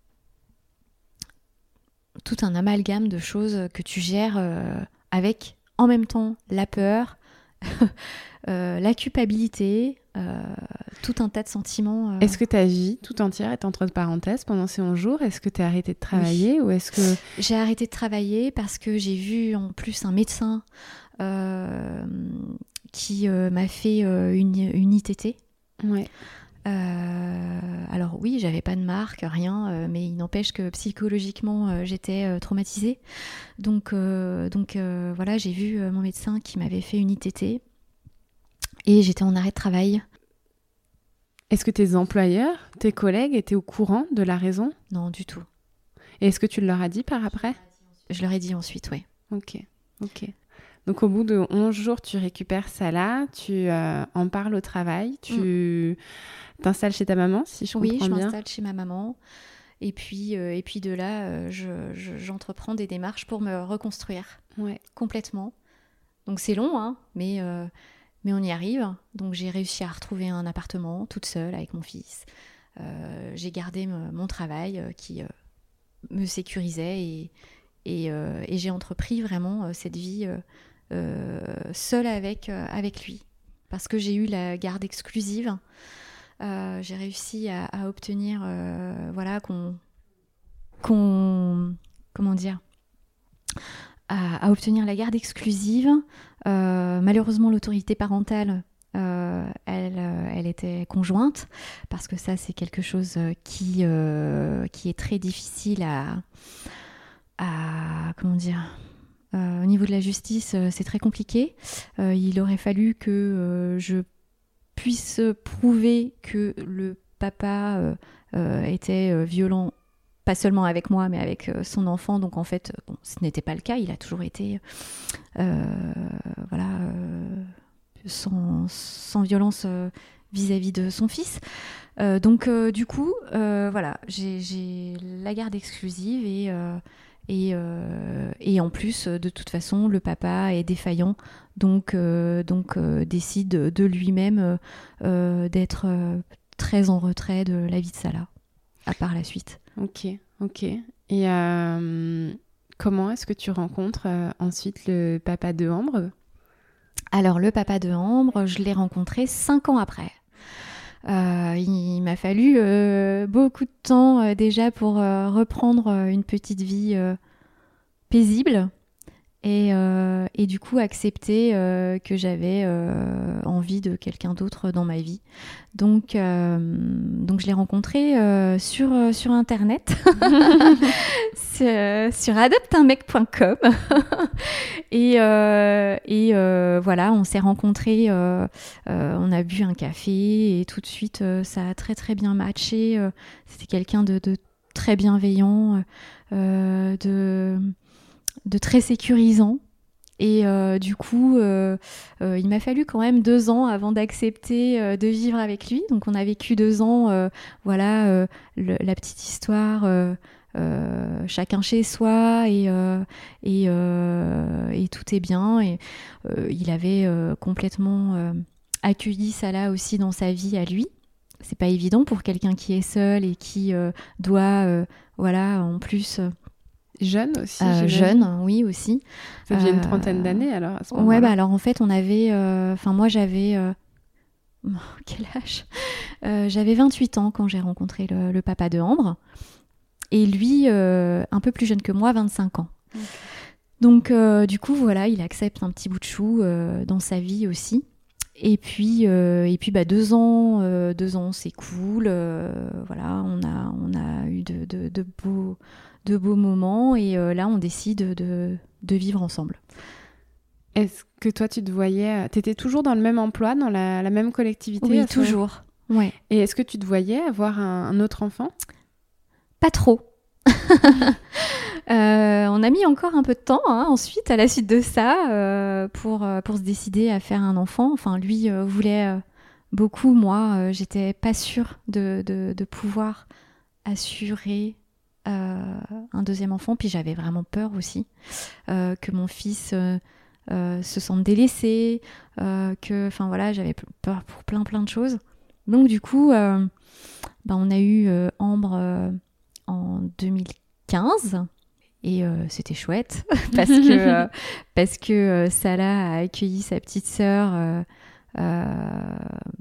tout un amalgame de choses que tu gères euh, avec, en même temps, la peur, euh, la culpabilité, euh, tout un tas de sentiments. Euh... Est-ce que ta vie tout entière est entre parenthèses pendant ces onze jours ? Est-ce que tu as arrêté de travailler oui. ou est-ce que... J'ai arrêté de travailler parce que j'ai vu en plus un médecin euh, qui euh, m'a fait euh, une, une I T T. Ouais. Euh, alors oui, j'avais pas de marque, rien, euh, mais il n'empêche que psychologiquement euh, j'étais euh, traumatisée. Donc, euh, donc euh, voilà, j'ai vu euh, mon médecin qui m'avait fait une I T T et j'étais en arrêt de travail. Est-ce que tes employeurs, tes collègues étaient au courant de la raison ? Non, du tout. Et est-ce que tu leur as dit par après ? Je leur ai dit ensuite, oui. Ok, ok. Donc au bout de onze jours, tu récupères Salah, tu euh, en parles au travail, tu mm. t'installes chez ta maman, si je oui, comprends bien. Oui, je m'installe chez ma maman. Et puis, euh, et puis de là, euh, je, je, j'entreprends des démarches pour me reconstruire ouais. complètement. Donc c'est long, hein, mais, euh, mais on y arrive. Donc j'ai réussi à retrouver un appartement toute seule avec mon fils. Euh, j'ai gardé me, mon travail euh, qui euh, me sécurisait et, et, euh, et j'ai entrepris vraiment euh, cette vie euh, euh, seule avec, euh, avec lui. Parce que j'ai eu la garde exclusive. Euh, j'ai réussi à, à obtenir euh, voilà qu'on qu'on comment dire à, à obtenir la garde exclusive. Euh, malheureusement l'autorité parentale euh, elle elle était conjointe parce que ça c'est quelque chose qui euh, qui est très difficile à à comment dire euh, au niveau de la justice c'est très compliqué. Euh, il aurait fallu que euh, je puisse prouver que le papa euh, euh, était euh, violent pas seulement avec moi, mais avec euh, son enfant. Donc en fait, bon, ce n'était pas le cas. Il a toujours été, euh, voilà, euh, sans, sans violence euh, vis-à-vis de son fils. Euh, donc euh, du coup, euh, voilà, j'ai, j'ai la garde exclusive et euh, et, euh, et en plus, de toute façon, le papa est défaillant, donc donc, donc euh, décide de lui-même euh, d'être euh, très en retrait de la vie de Salah, à part la suite. Ok, ok. Et euh, comment est-ce que tu rencontres euh, ensuite le papa de Ambre ? Alors, le papa de Ambre, je l'ai rencontré cinq ans après. Euh, il m'a fallu euh, beaucoup de temps euh, déjà pour euh, reprendre euh, une petite vie euh, paisible. Et, euh, et du coup accepter euh, que j'avais euh, envie de quelqu'un d'autre dans ma vie. Donc, euh, donc je l'ai rencontré euh, sur, euh, sur Internet, sur, sur adopte un mec point com. et euh, et euh, voilà, on s'est rencontrés, euh, euh, on a bu un café et tout de suite, euh, ça a très très bien matché. Euh, c'était quelqu'un de, de très bienveillant, euh, de... de très sécurisant. Et euh, du coup, euh, euh, il m'a fallu quand même deux ans avant d'accepter euh, de vivre avec lui. Donc on a vécu deux ans, euh, voilà, euh, le, la petite histoire, euh, euh, chacun chez soi, et, euh, et, euh, et tout est bien. Et euh, il avait euh, complètement euh, accueilli Salah aussi dans sa vie à lui. C'est pas évident pour quelqu'un qui est seul et qui euh, doit, euh, voilà, en plus... Euh, Jeune aussi, euh, jeune, oui aussi. Ça faisait euh, une trentaine d'années alors à ce moment-là. Ouais, bah alors en fait on avait, enfin euh, moi j'avais, euh, oh, quel âge euh, J'avais vingt-huit ans quand j'ai rencontré le, le papa de Ambre, et lui euh, un peu plus jeune que moi, vingt-cinq ans. Okay. Donc euh, du coup voilà, il accepte un petit bout de chou euh, dans sa vie aussi. Et puis, euh, et puis bah, deux ans, euh, deux ans c'est cool. Euh, voilà, on a, on a eu de, de, de beaux de beaux moments, et euh, là on décide de, de vivre ensemble. Est-ce que toi tu te voyais, t'étais toujours dans le même emploi, dans la, la même collectivité? Oui, toujours. Ouais. Et est-ce que tu te voyais avoir un, un autre enfant? Pas trop. euh, on a mis encore un peu de temps hein, ensuite, à la suite de ça, euh, pour, pour se décider à faire un enfant. Enfin, lui euh, voulait euh, beaucoup, moi euh, j'étais pas sûre de, de, de pouvoir assurer Euh, un deuxième enfant, puis j'avais vraiment peur aussi euh, que mon fils euh, euh, se sente délaissé, euh, que, enfin voilà, j'avais peur pour plein plein de choses. Donc du coup, euh, bah, on a eu euh, Ambre euh, en deux mille quinze, et euh, c'était chouette parce que euh, parce que euh, Salah a accueilli sa petite sœur euh, euh,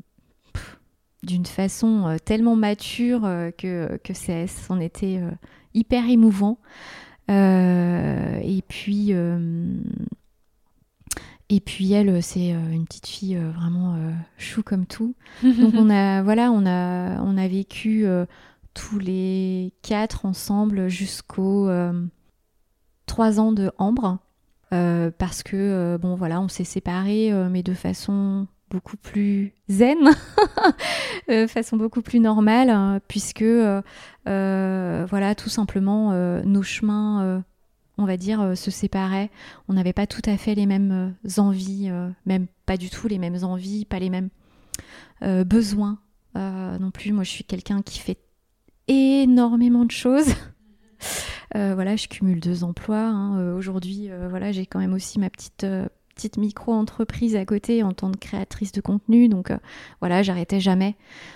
d'une façon euh, tellement mature euh, que, que c'est, c'en était euh, hyper émouvant. Euh, et puis, euh, et puis elle, c'est euh, une petite fille euh, vraiment euh, chou comme tout. Donc on a, voilà, on a, on a vécu euh, tous les quatre ensemble jusqu'aux euh, trois ans de Ambre, euh, parce que euh, bon voilà, on s'est séparés, euh, mais de façon beaucoup plus zen, de façon beaucoup plus normale, hein, puisque euh, euh, voilà, tout simplement euh, nos chemins, euh, on va dire, euh, se séparaient. On n'avait pas tout à fait les mêmes euh, envies, euh, même pas du tout les mêmes envies, pas les mêmes euh, besoins euh, non plus. Moi, je suis quelqu'un qui fait énormément de choses. euh, voilà, je cumule deux emplois. Hein. Euh, aujourd'hui, euh, voilà, j'ai quand même aussi ma petite euh, petite micro-entreprise à côté en tant que créatrice de contenu, donc euh, voilà, j'arrêtais jamais.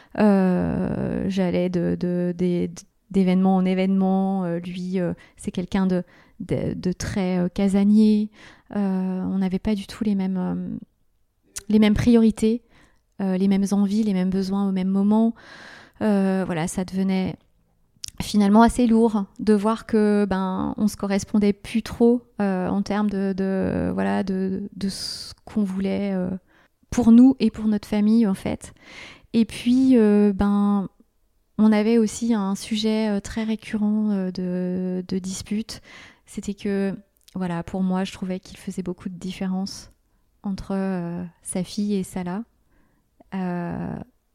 Euh, j'allais de, de, de, d'événement en événement. Euh, lui, euh, c'est quelqu'un de, de, de très euh, casanier. Euh, on n'avait pas du tout les mêmes, euh, les mêmes priorités, euh, les mêmes envies, les mêmes besoins au même moment. Euh, voilà, ça devenait finalement assez lourd de voir que ben on se correspondait plus trop euh, en termes de, de voilà de, de ce qu'on voulait euh, pour nous et pour notre famille en fait. Et puis euh, ben on avait aussi un sujet euh, très récurrent euh, de, de dispute. C'était que voilà, pour moi je trouvais qu'il faisait beaucoup de différence entre euh, sa fille et Salah. Euh,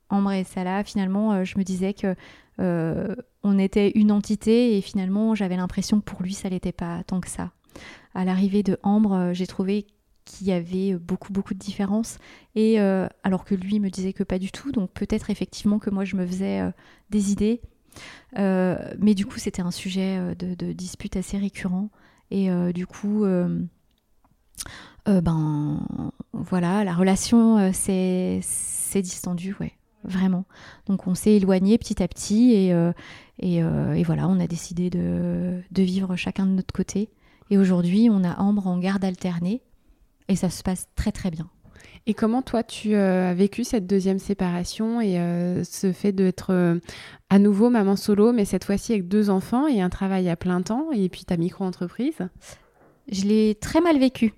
Ambre et Salah, finalement, euh, je me disais que euh, on était une entité et finalement, j'avais l'impression que pour lui, ça l'était pas tant que ça. À l'arrivée de Ambre, euh, j'ai trouvé qu'il y avait beaucoup, beaucoup de différences, et euh, alors que lui me disait que pas du tout, donc peut-être effectivement que moi, je me faisais euh, des idées. Euh, mais du coup, c'était un sujet euh, de, de dispute assez récurrent, et euh, du coup... Euh, Euh, ben voilà, la relation euh, s'est, s'est distendue, ouais, vraiment. Donc on s'est éloigné petit à petit, et, euh, et, euh, et voilà, on a décidé de, de vivre chacun de notre côté. Et aujourd'hui, on a Ambre en garde alternée et ça se passe très très bien. Et comment toi tu euh, as vécu cette deuxième séparation et euh, ce fait d'être euh, à nouveau maman solo, mais cette fois-ci avec deux enfants et un travail à plein temps et puis ta micro-entreprise? Je l'ai très mal vécu.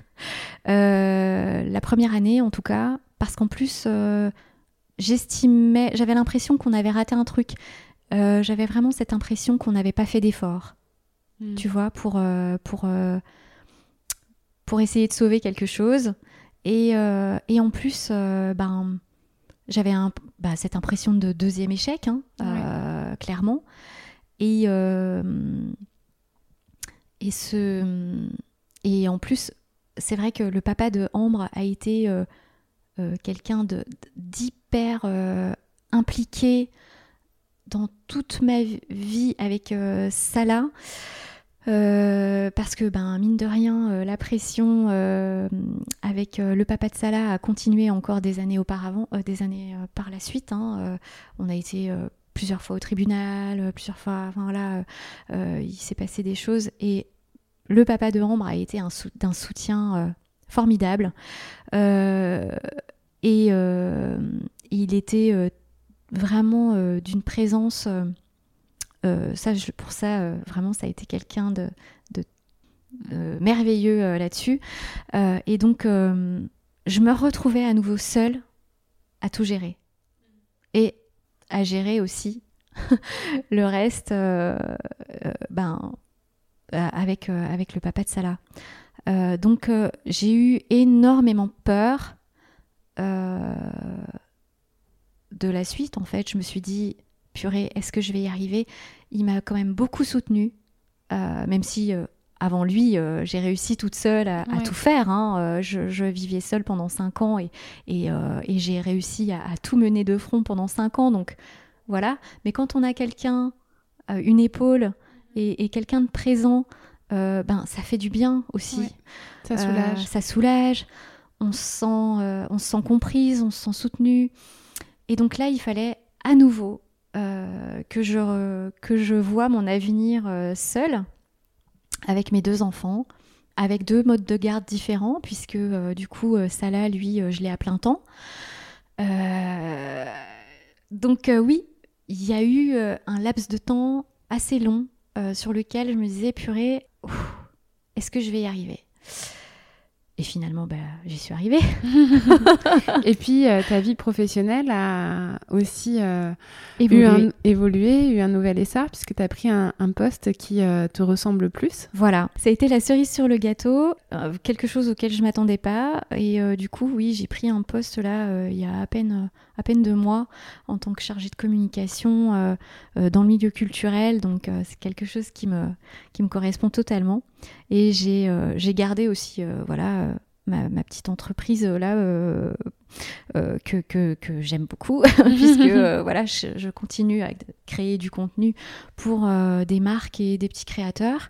Euh, la première année en tout cas, parce qu'en plus euh, j'estimais, j'avais l'impression qu'on avait raté un truc. Euh, j'avais vraiment cette impression qu'on n'avait pas fait d'effort, mmh. tu vois, pour, euh, pour, euh, pour essayer de sauver quelque chose. Et, euh, et en plus, euh, ben, j'avais un, bah, cette impression de deuxième échec, hein, ouais. euh, clairement. Et, euh, et, ce, et en plus, c'est vrai que le papa de Ambre a été euh, euh, quelqu'un de, d'hyper euh, impliqué dans toute ma vie avec euh, Salah, euh, parce que ben, mine de rien, euh, la pression euh, avec euh, le papa de Salah a continué encore des années auparavant, euh, des années euh, par la suite. Hein, euh, on a été euh, plusieurs fois au tribunal, plusieurs fois, enfin voilà, euh, il s'est passé des choses, et le papa de Ambre a été un sou- d'un soutien euh, formidable. Euh, et euh, il était euh, vraiment euh, d'une présence... Euh, euh, ça, je, pour ça, euh, vraiment, ça a été quelqu'un de, de euh, merveilleux euh, là-dessus. Euh, et donc, euh, je me retrouvais à nouveau seule à tout gérer. Et à gérer aussi le reste... Euh, euh, ben... Avec, euh, avec le papa de Salah. Euh, donc euh, j'ai eu énormément peur euh, de la suite en fait. Je me suis dit, purée, est-ce que je vais y arriver ? Il m'a quand même beaucoup soutenue, euh, même si euh, avant lui, euh, j'ai réussi toute seule à, à ouais. tout faire. Hein. Euh, je, je vivais seule pendant cinq ans et, et, euh, et j'ai réussi à, à tout mener de front pendant cinq ans. Donc voilà. Mais quand on a quelqu'un, euh, une épaule, Et, et quelqu'un de présent, euh, ben, ça fait du bien aussi. Ouais, ça soulage. Euh, ça soulage. On se sent, euh, on se sent comprise, on se sent soutenue. Et donc là, il fallait à nouveau euh, que, je, que je vois mon avenir euh, seule, avec mes deux enfants, avec deux modes de garde différents, puisque euh, du coup, euh, Salah, lui, euh, je l'ai à plein temps. Euh, donc euh, oui, il y a eu euh, un laps de temps assez long, Euh, sur lequel je me disais, purée, ouf, est-ce que je vais y arriver ? Et finalement, bah, j'y suis arrivée. Et puis, euh, ta vie professionnelle a aussi euh, évolué. Eu un, évolué, eu un nouvel essor, puisque tu as pris un, un poste qui euh, te ressemble plus. Voilà, ça a été la cerise sur le gâteau, euh, quelque chose auquel je ne m'attendais pas. Et euh, du coup, oui, j'ai pris un poste là, euh, il y a à peine, euh, à peine deux mois, en tant que chargée de communication euh, euh, dans le milieu culturel. Donc, euh, c'est quelque chose qui me, qui me correspond totalement. Et j'ai, euh, j'ai gardé aussi, euh, voilà... Euh, Ma, ma petite entreprise là euh, euh, que, que, que j'aime beaucoup puisque euh, voilà, je, je continue à créer du contenu pour euh, des marques et des petits créateurs.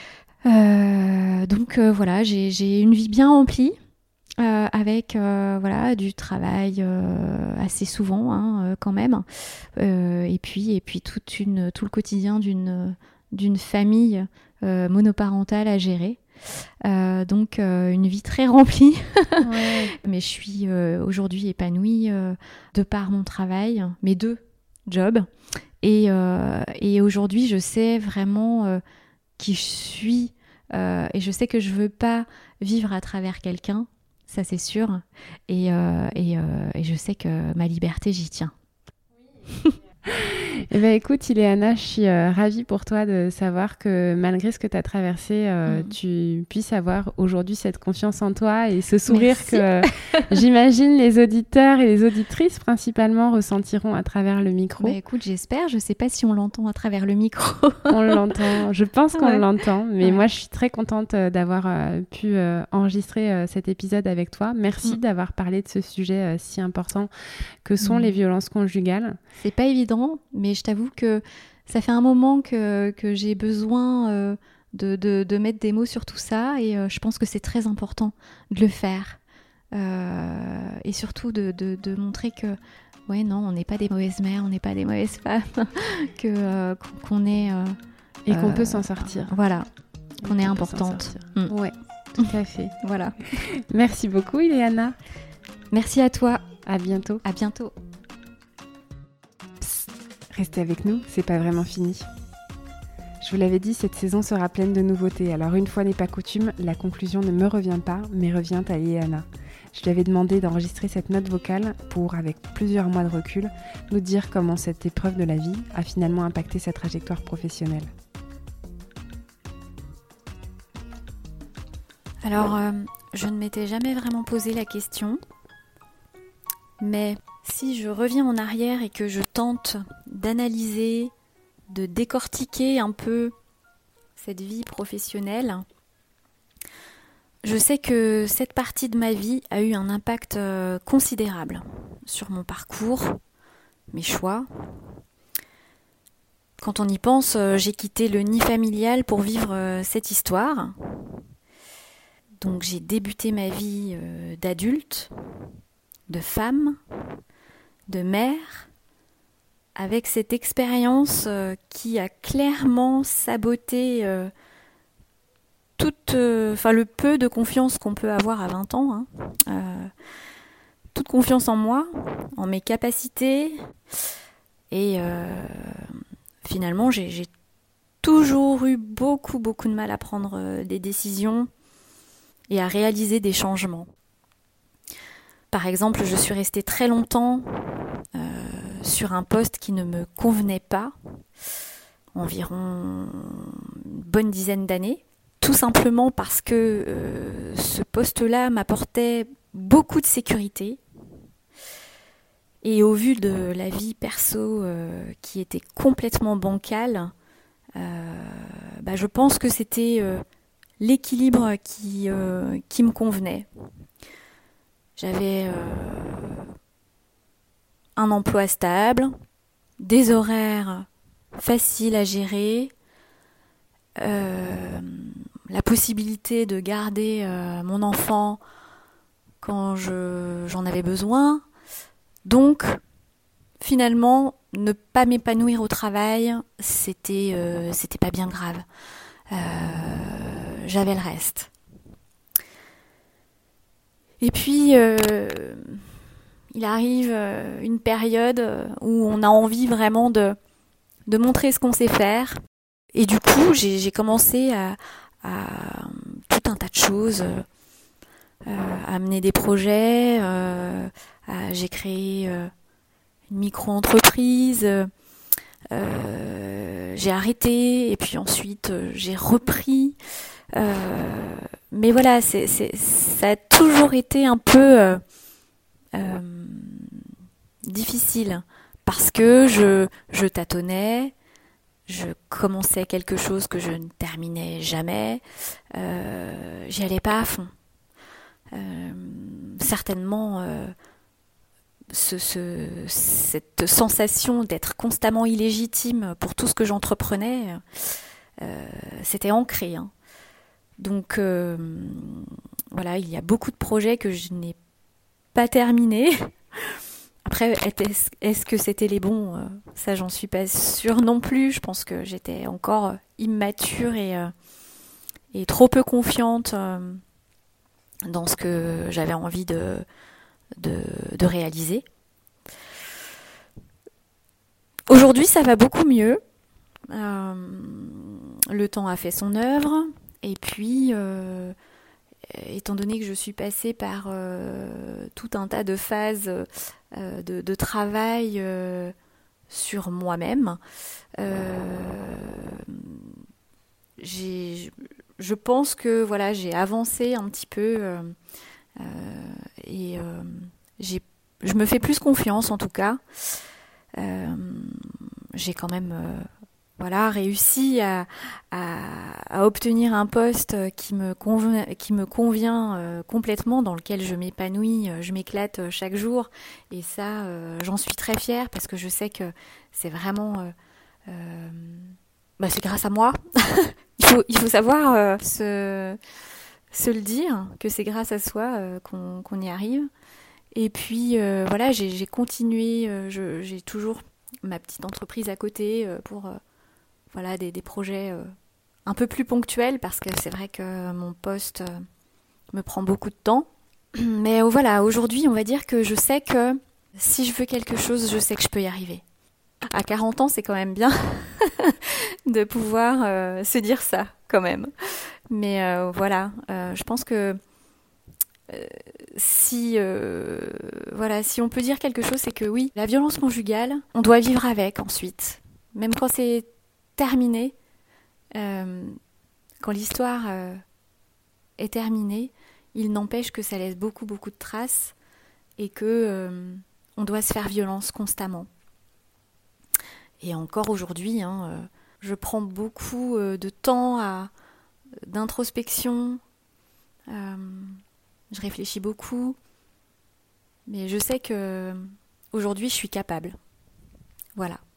Euh, donc euh, voilà, j'ai, j'ai une vie bien remplie euh, avec euh, voilà, du travail euh, assez souvent hein, euh, quand même euh, et puis, et puis toute une, tout le quotidien d'une, d'une famille euh, monoparentale à gérer. Euh, donc euh, une vie très remplie ouais. Mais je suis euh, aujourd'hui épanouie euh, de par mon travail, mes deux jobs et, euh, et aujourd'hui je sais vraiment euh, qui je suis euh, et je sais que je veux pas vivre à travers quelqu'un, ça c'est sûr, et, euh, et, euh, et je sais que ma liberté j'y tiens. Eh ben, écoute, Ileana, je suis euh, ravie pour toi de savoir que malgré ce que tu as traversé, euh, mmh. tu puisses avoir aujourd'hui cette confiance en toi et ce sourire Merci. que euh, j'imagine les auditeurs et les auditrices principalement ressentiront à travers le micro. Bah, écoute, j'espère. Je ne sais pas si on l'entend à travers le micro. On l'entend. Je pense qu'on ouais. l'entend. Mais ouais. moi, je suis très contente d'avoir euh, pu euh, enregistrer euh, cet épisode avec toi. Merci mmh. d'avoir parlé de ce sujet euh, si important que sont mmh. les violences conjugales. C'est pas évident, mais je t'avoue que ça fait un moment que, que j'ai besoin euh, de, de, de mettre des mots sur tout ça et euh, je pense que c'est très important de le faire. Euh, et surtout de, de, de montrer que ouais, non, on n'est pas des mauvaises mères, on n'est pas des mauvaises femmes, que, euh, qu'on est... Euh, et qu'on euh, peut s'en sortir. Voilà, qu'on est importante. Mmh. Ouais, tout à fait. Voilà. Merci beaucoup, Ileana. Merci à toi. À bientôt. À bientôt. Psst, restez avec nous, c'est pas vraiment fini. Je vous l'avais dit, cette saison sera pleine de nouveautés. Alors une fois n'est pas coutume, la conclusion ne me revient pas, mais revient à Ileana. Je lui avais demandé d'enregistrer cette note vocale pour, avec plusieurs mois de recul, nous dire comment cette épreuve de la vie a finalement impacté sa trajectoire professionnelle. Alors, euh, je ne m'étais jamais vraiment posé la question, mais si je reviens en arrière et que je tente d'analyser, de décortiquer un peu cette vie professionnelle, je sais que cette partie de ma vie a eu un impact euh, considérable sur mon parcours, mes choix. Quand on y pense, euh, j'ai quitté le nid familial pour vivre euh, cette histoire. Donc j'ai débuté ma vie euh, d'adulte, de femme, de mère, avec cette expérience euh, qui a clairement saboté euh, toute, euh, enfin, le peu de confiance qu'on peut avoir à vingt ans. Hein. Euh, toute confiance en moi, en mes capacités. Et euh, finalement, j'ai, j'ai toujours eu beaucoup, beaucoup de mal à prendre euh, des décisions et à réaliser des changements. Par exemple, je suis restée très longtemps euh, sur un poste qui ne me convenait pas, environ une bonne dizaine d'années, tout simplement parce que euh, ce poste-là m'apportait beaucoup de sécurité. Et au vu de la vie perso euh, qui était complètement bancale, euh, bah, je pense que c'était euh, l'équilibre qui, euh, qui me convenait. J'avais euh, un emploi stable, des horaires faciles à gérer, euh, la possibilité de garder euh, mon enfant quand je, j'en avais besoin. Donc, finalement, ne pas m'épanouir au travail, c'était, euh, c'était pas bien grave. Euh, j'avais le reste. Et puis, euh, il arrive euh, une période où on a envie vraiment de, de montrer ce qu'on sait faire. Et du coup, j'ai, j'ai commencé à, à tout un tas de choses, euh, à mener des projets, euh, à, j'ai créé euh, une micro-entreprise, euh, j'ai arrêté et puis ensuite euh, j'ai repris. Euh, mais voilà, c'est, c'est, ça a toujours été un peu euh, euh, difficile parce que je, je tâtonnais, je commençais quelque chose que je ne terminais jamais, euh, j'y allais pas à fond. Euh, certainement, euh, ce, ce, cette sensation d'être constamment illégitime pour tout ce que j'entreprenais, euh, c'était ancré, hein. Donc euh, voilà, il y a beaucoup de projets que je n'ai pas terminés. Après, est-ce, est-ce que c'était les bons ? Ça, j'en suis pas sûre non plus. Je pense que j'étais encore immature et, euh, et trop peu confiante euh, dans ce que j'avais envie de, de, de réaliser. Aujourd'hui, ça va beaucoup mieux. Euh, le temps a fait son œuvre. Et puis, euh, étant donné que je suis passée par euh, tout un tas de phases euh, de, de travail euh, sur moi-même. Euh, j'ai, je pense que voilà, j'ai avancé un petit peu euh, euh, et euh, j'ai, je me fais plus confiance en tout cas. Euh, j'ai quand même euh, voilà, réussi à, à, à obtenir un poste qui me convient, qui me convient euh, complètement, dans lequel je m'épanouis, euh, je m'éclate euh, chaque jour. Et ça, euh, j'en suis très fière parce que je sais que c'est vraiment... Euh, euh, bah, c'est grâce à moi. il, faut, il faut savoir euh, se, se le dire, que c'est grâce à soi euh, qu'on, qu'on y arrive. Et puis, euh, voilà, j'ai, j'ai continué, euh, je, j'ai toujours ma petite entreprise à côté euh, pour... Euh, Voilà, des, des projets euh, un peu plus ponctuels parce que c'est vrai que mon poste euh, me prend beaucoup de temps. Mais euh, voilà, aujourd'hui, on va dire que je sais que si je veux quelque chose, je sais que je peux y arriver. À quarante ans, c'est quand même bien de pouvoir euh, se dire ça, quand même. Mais euh, voilà, euh, je pense que euh, si, euh, voilà, si on peut dire quelque chose, c'est que oui, la violence conjugale, on doit vivre avec ensuite. Même quand c'est terminé, euh, quand l'histoire euh, est terminée, il n'empêche que ça laisse beaucoup beaucoup de traces et que euh, on doit se faire violence constamment. Et encore aujourd'hui, hein, euh, je prends beaucoup euh, de temps à, d'introspection, euh, je réfléchis beaucoup, mais je sais que aujourd'hui je suis capable. Voilà.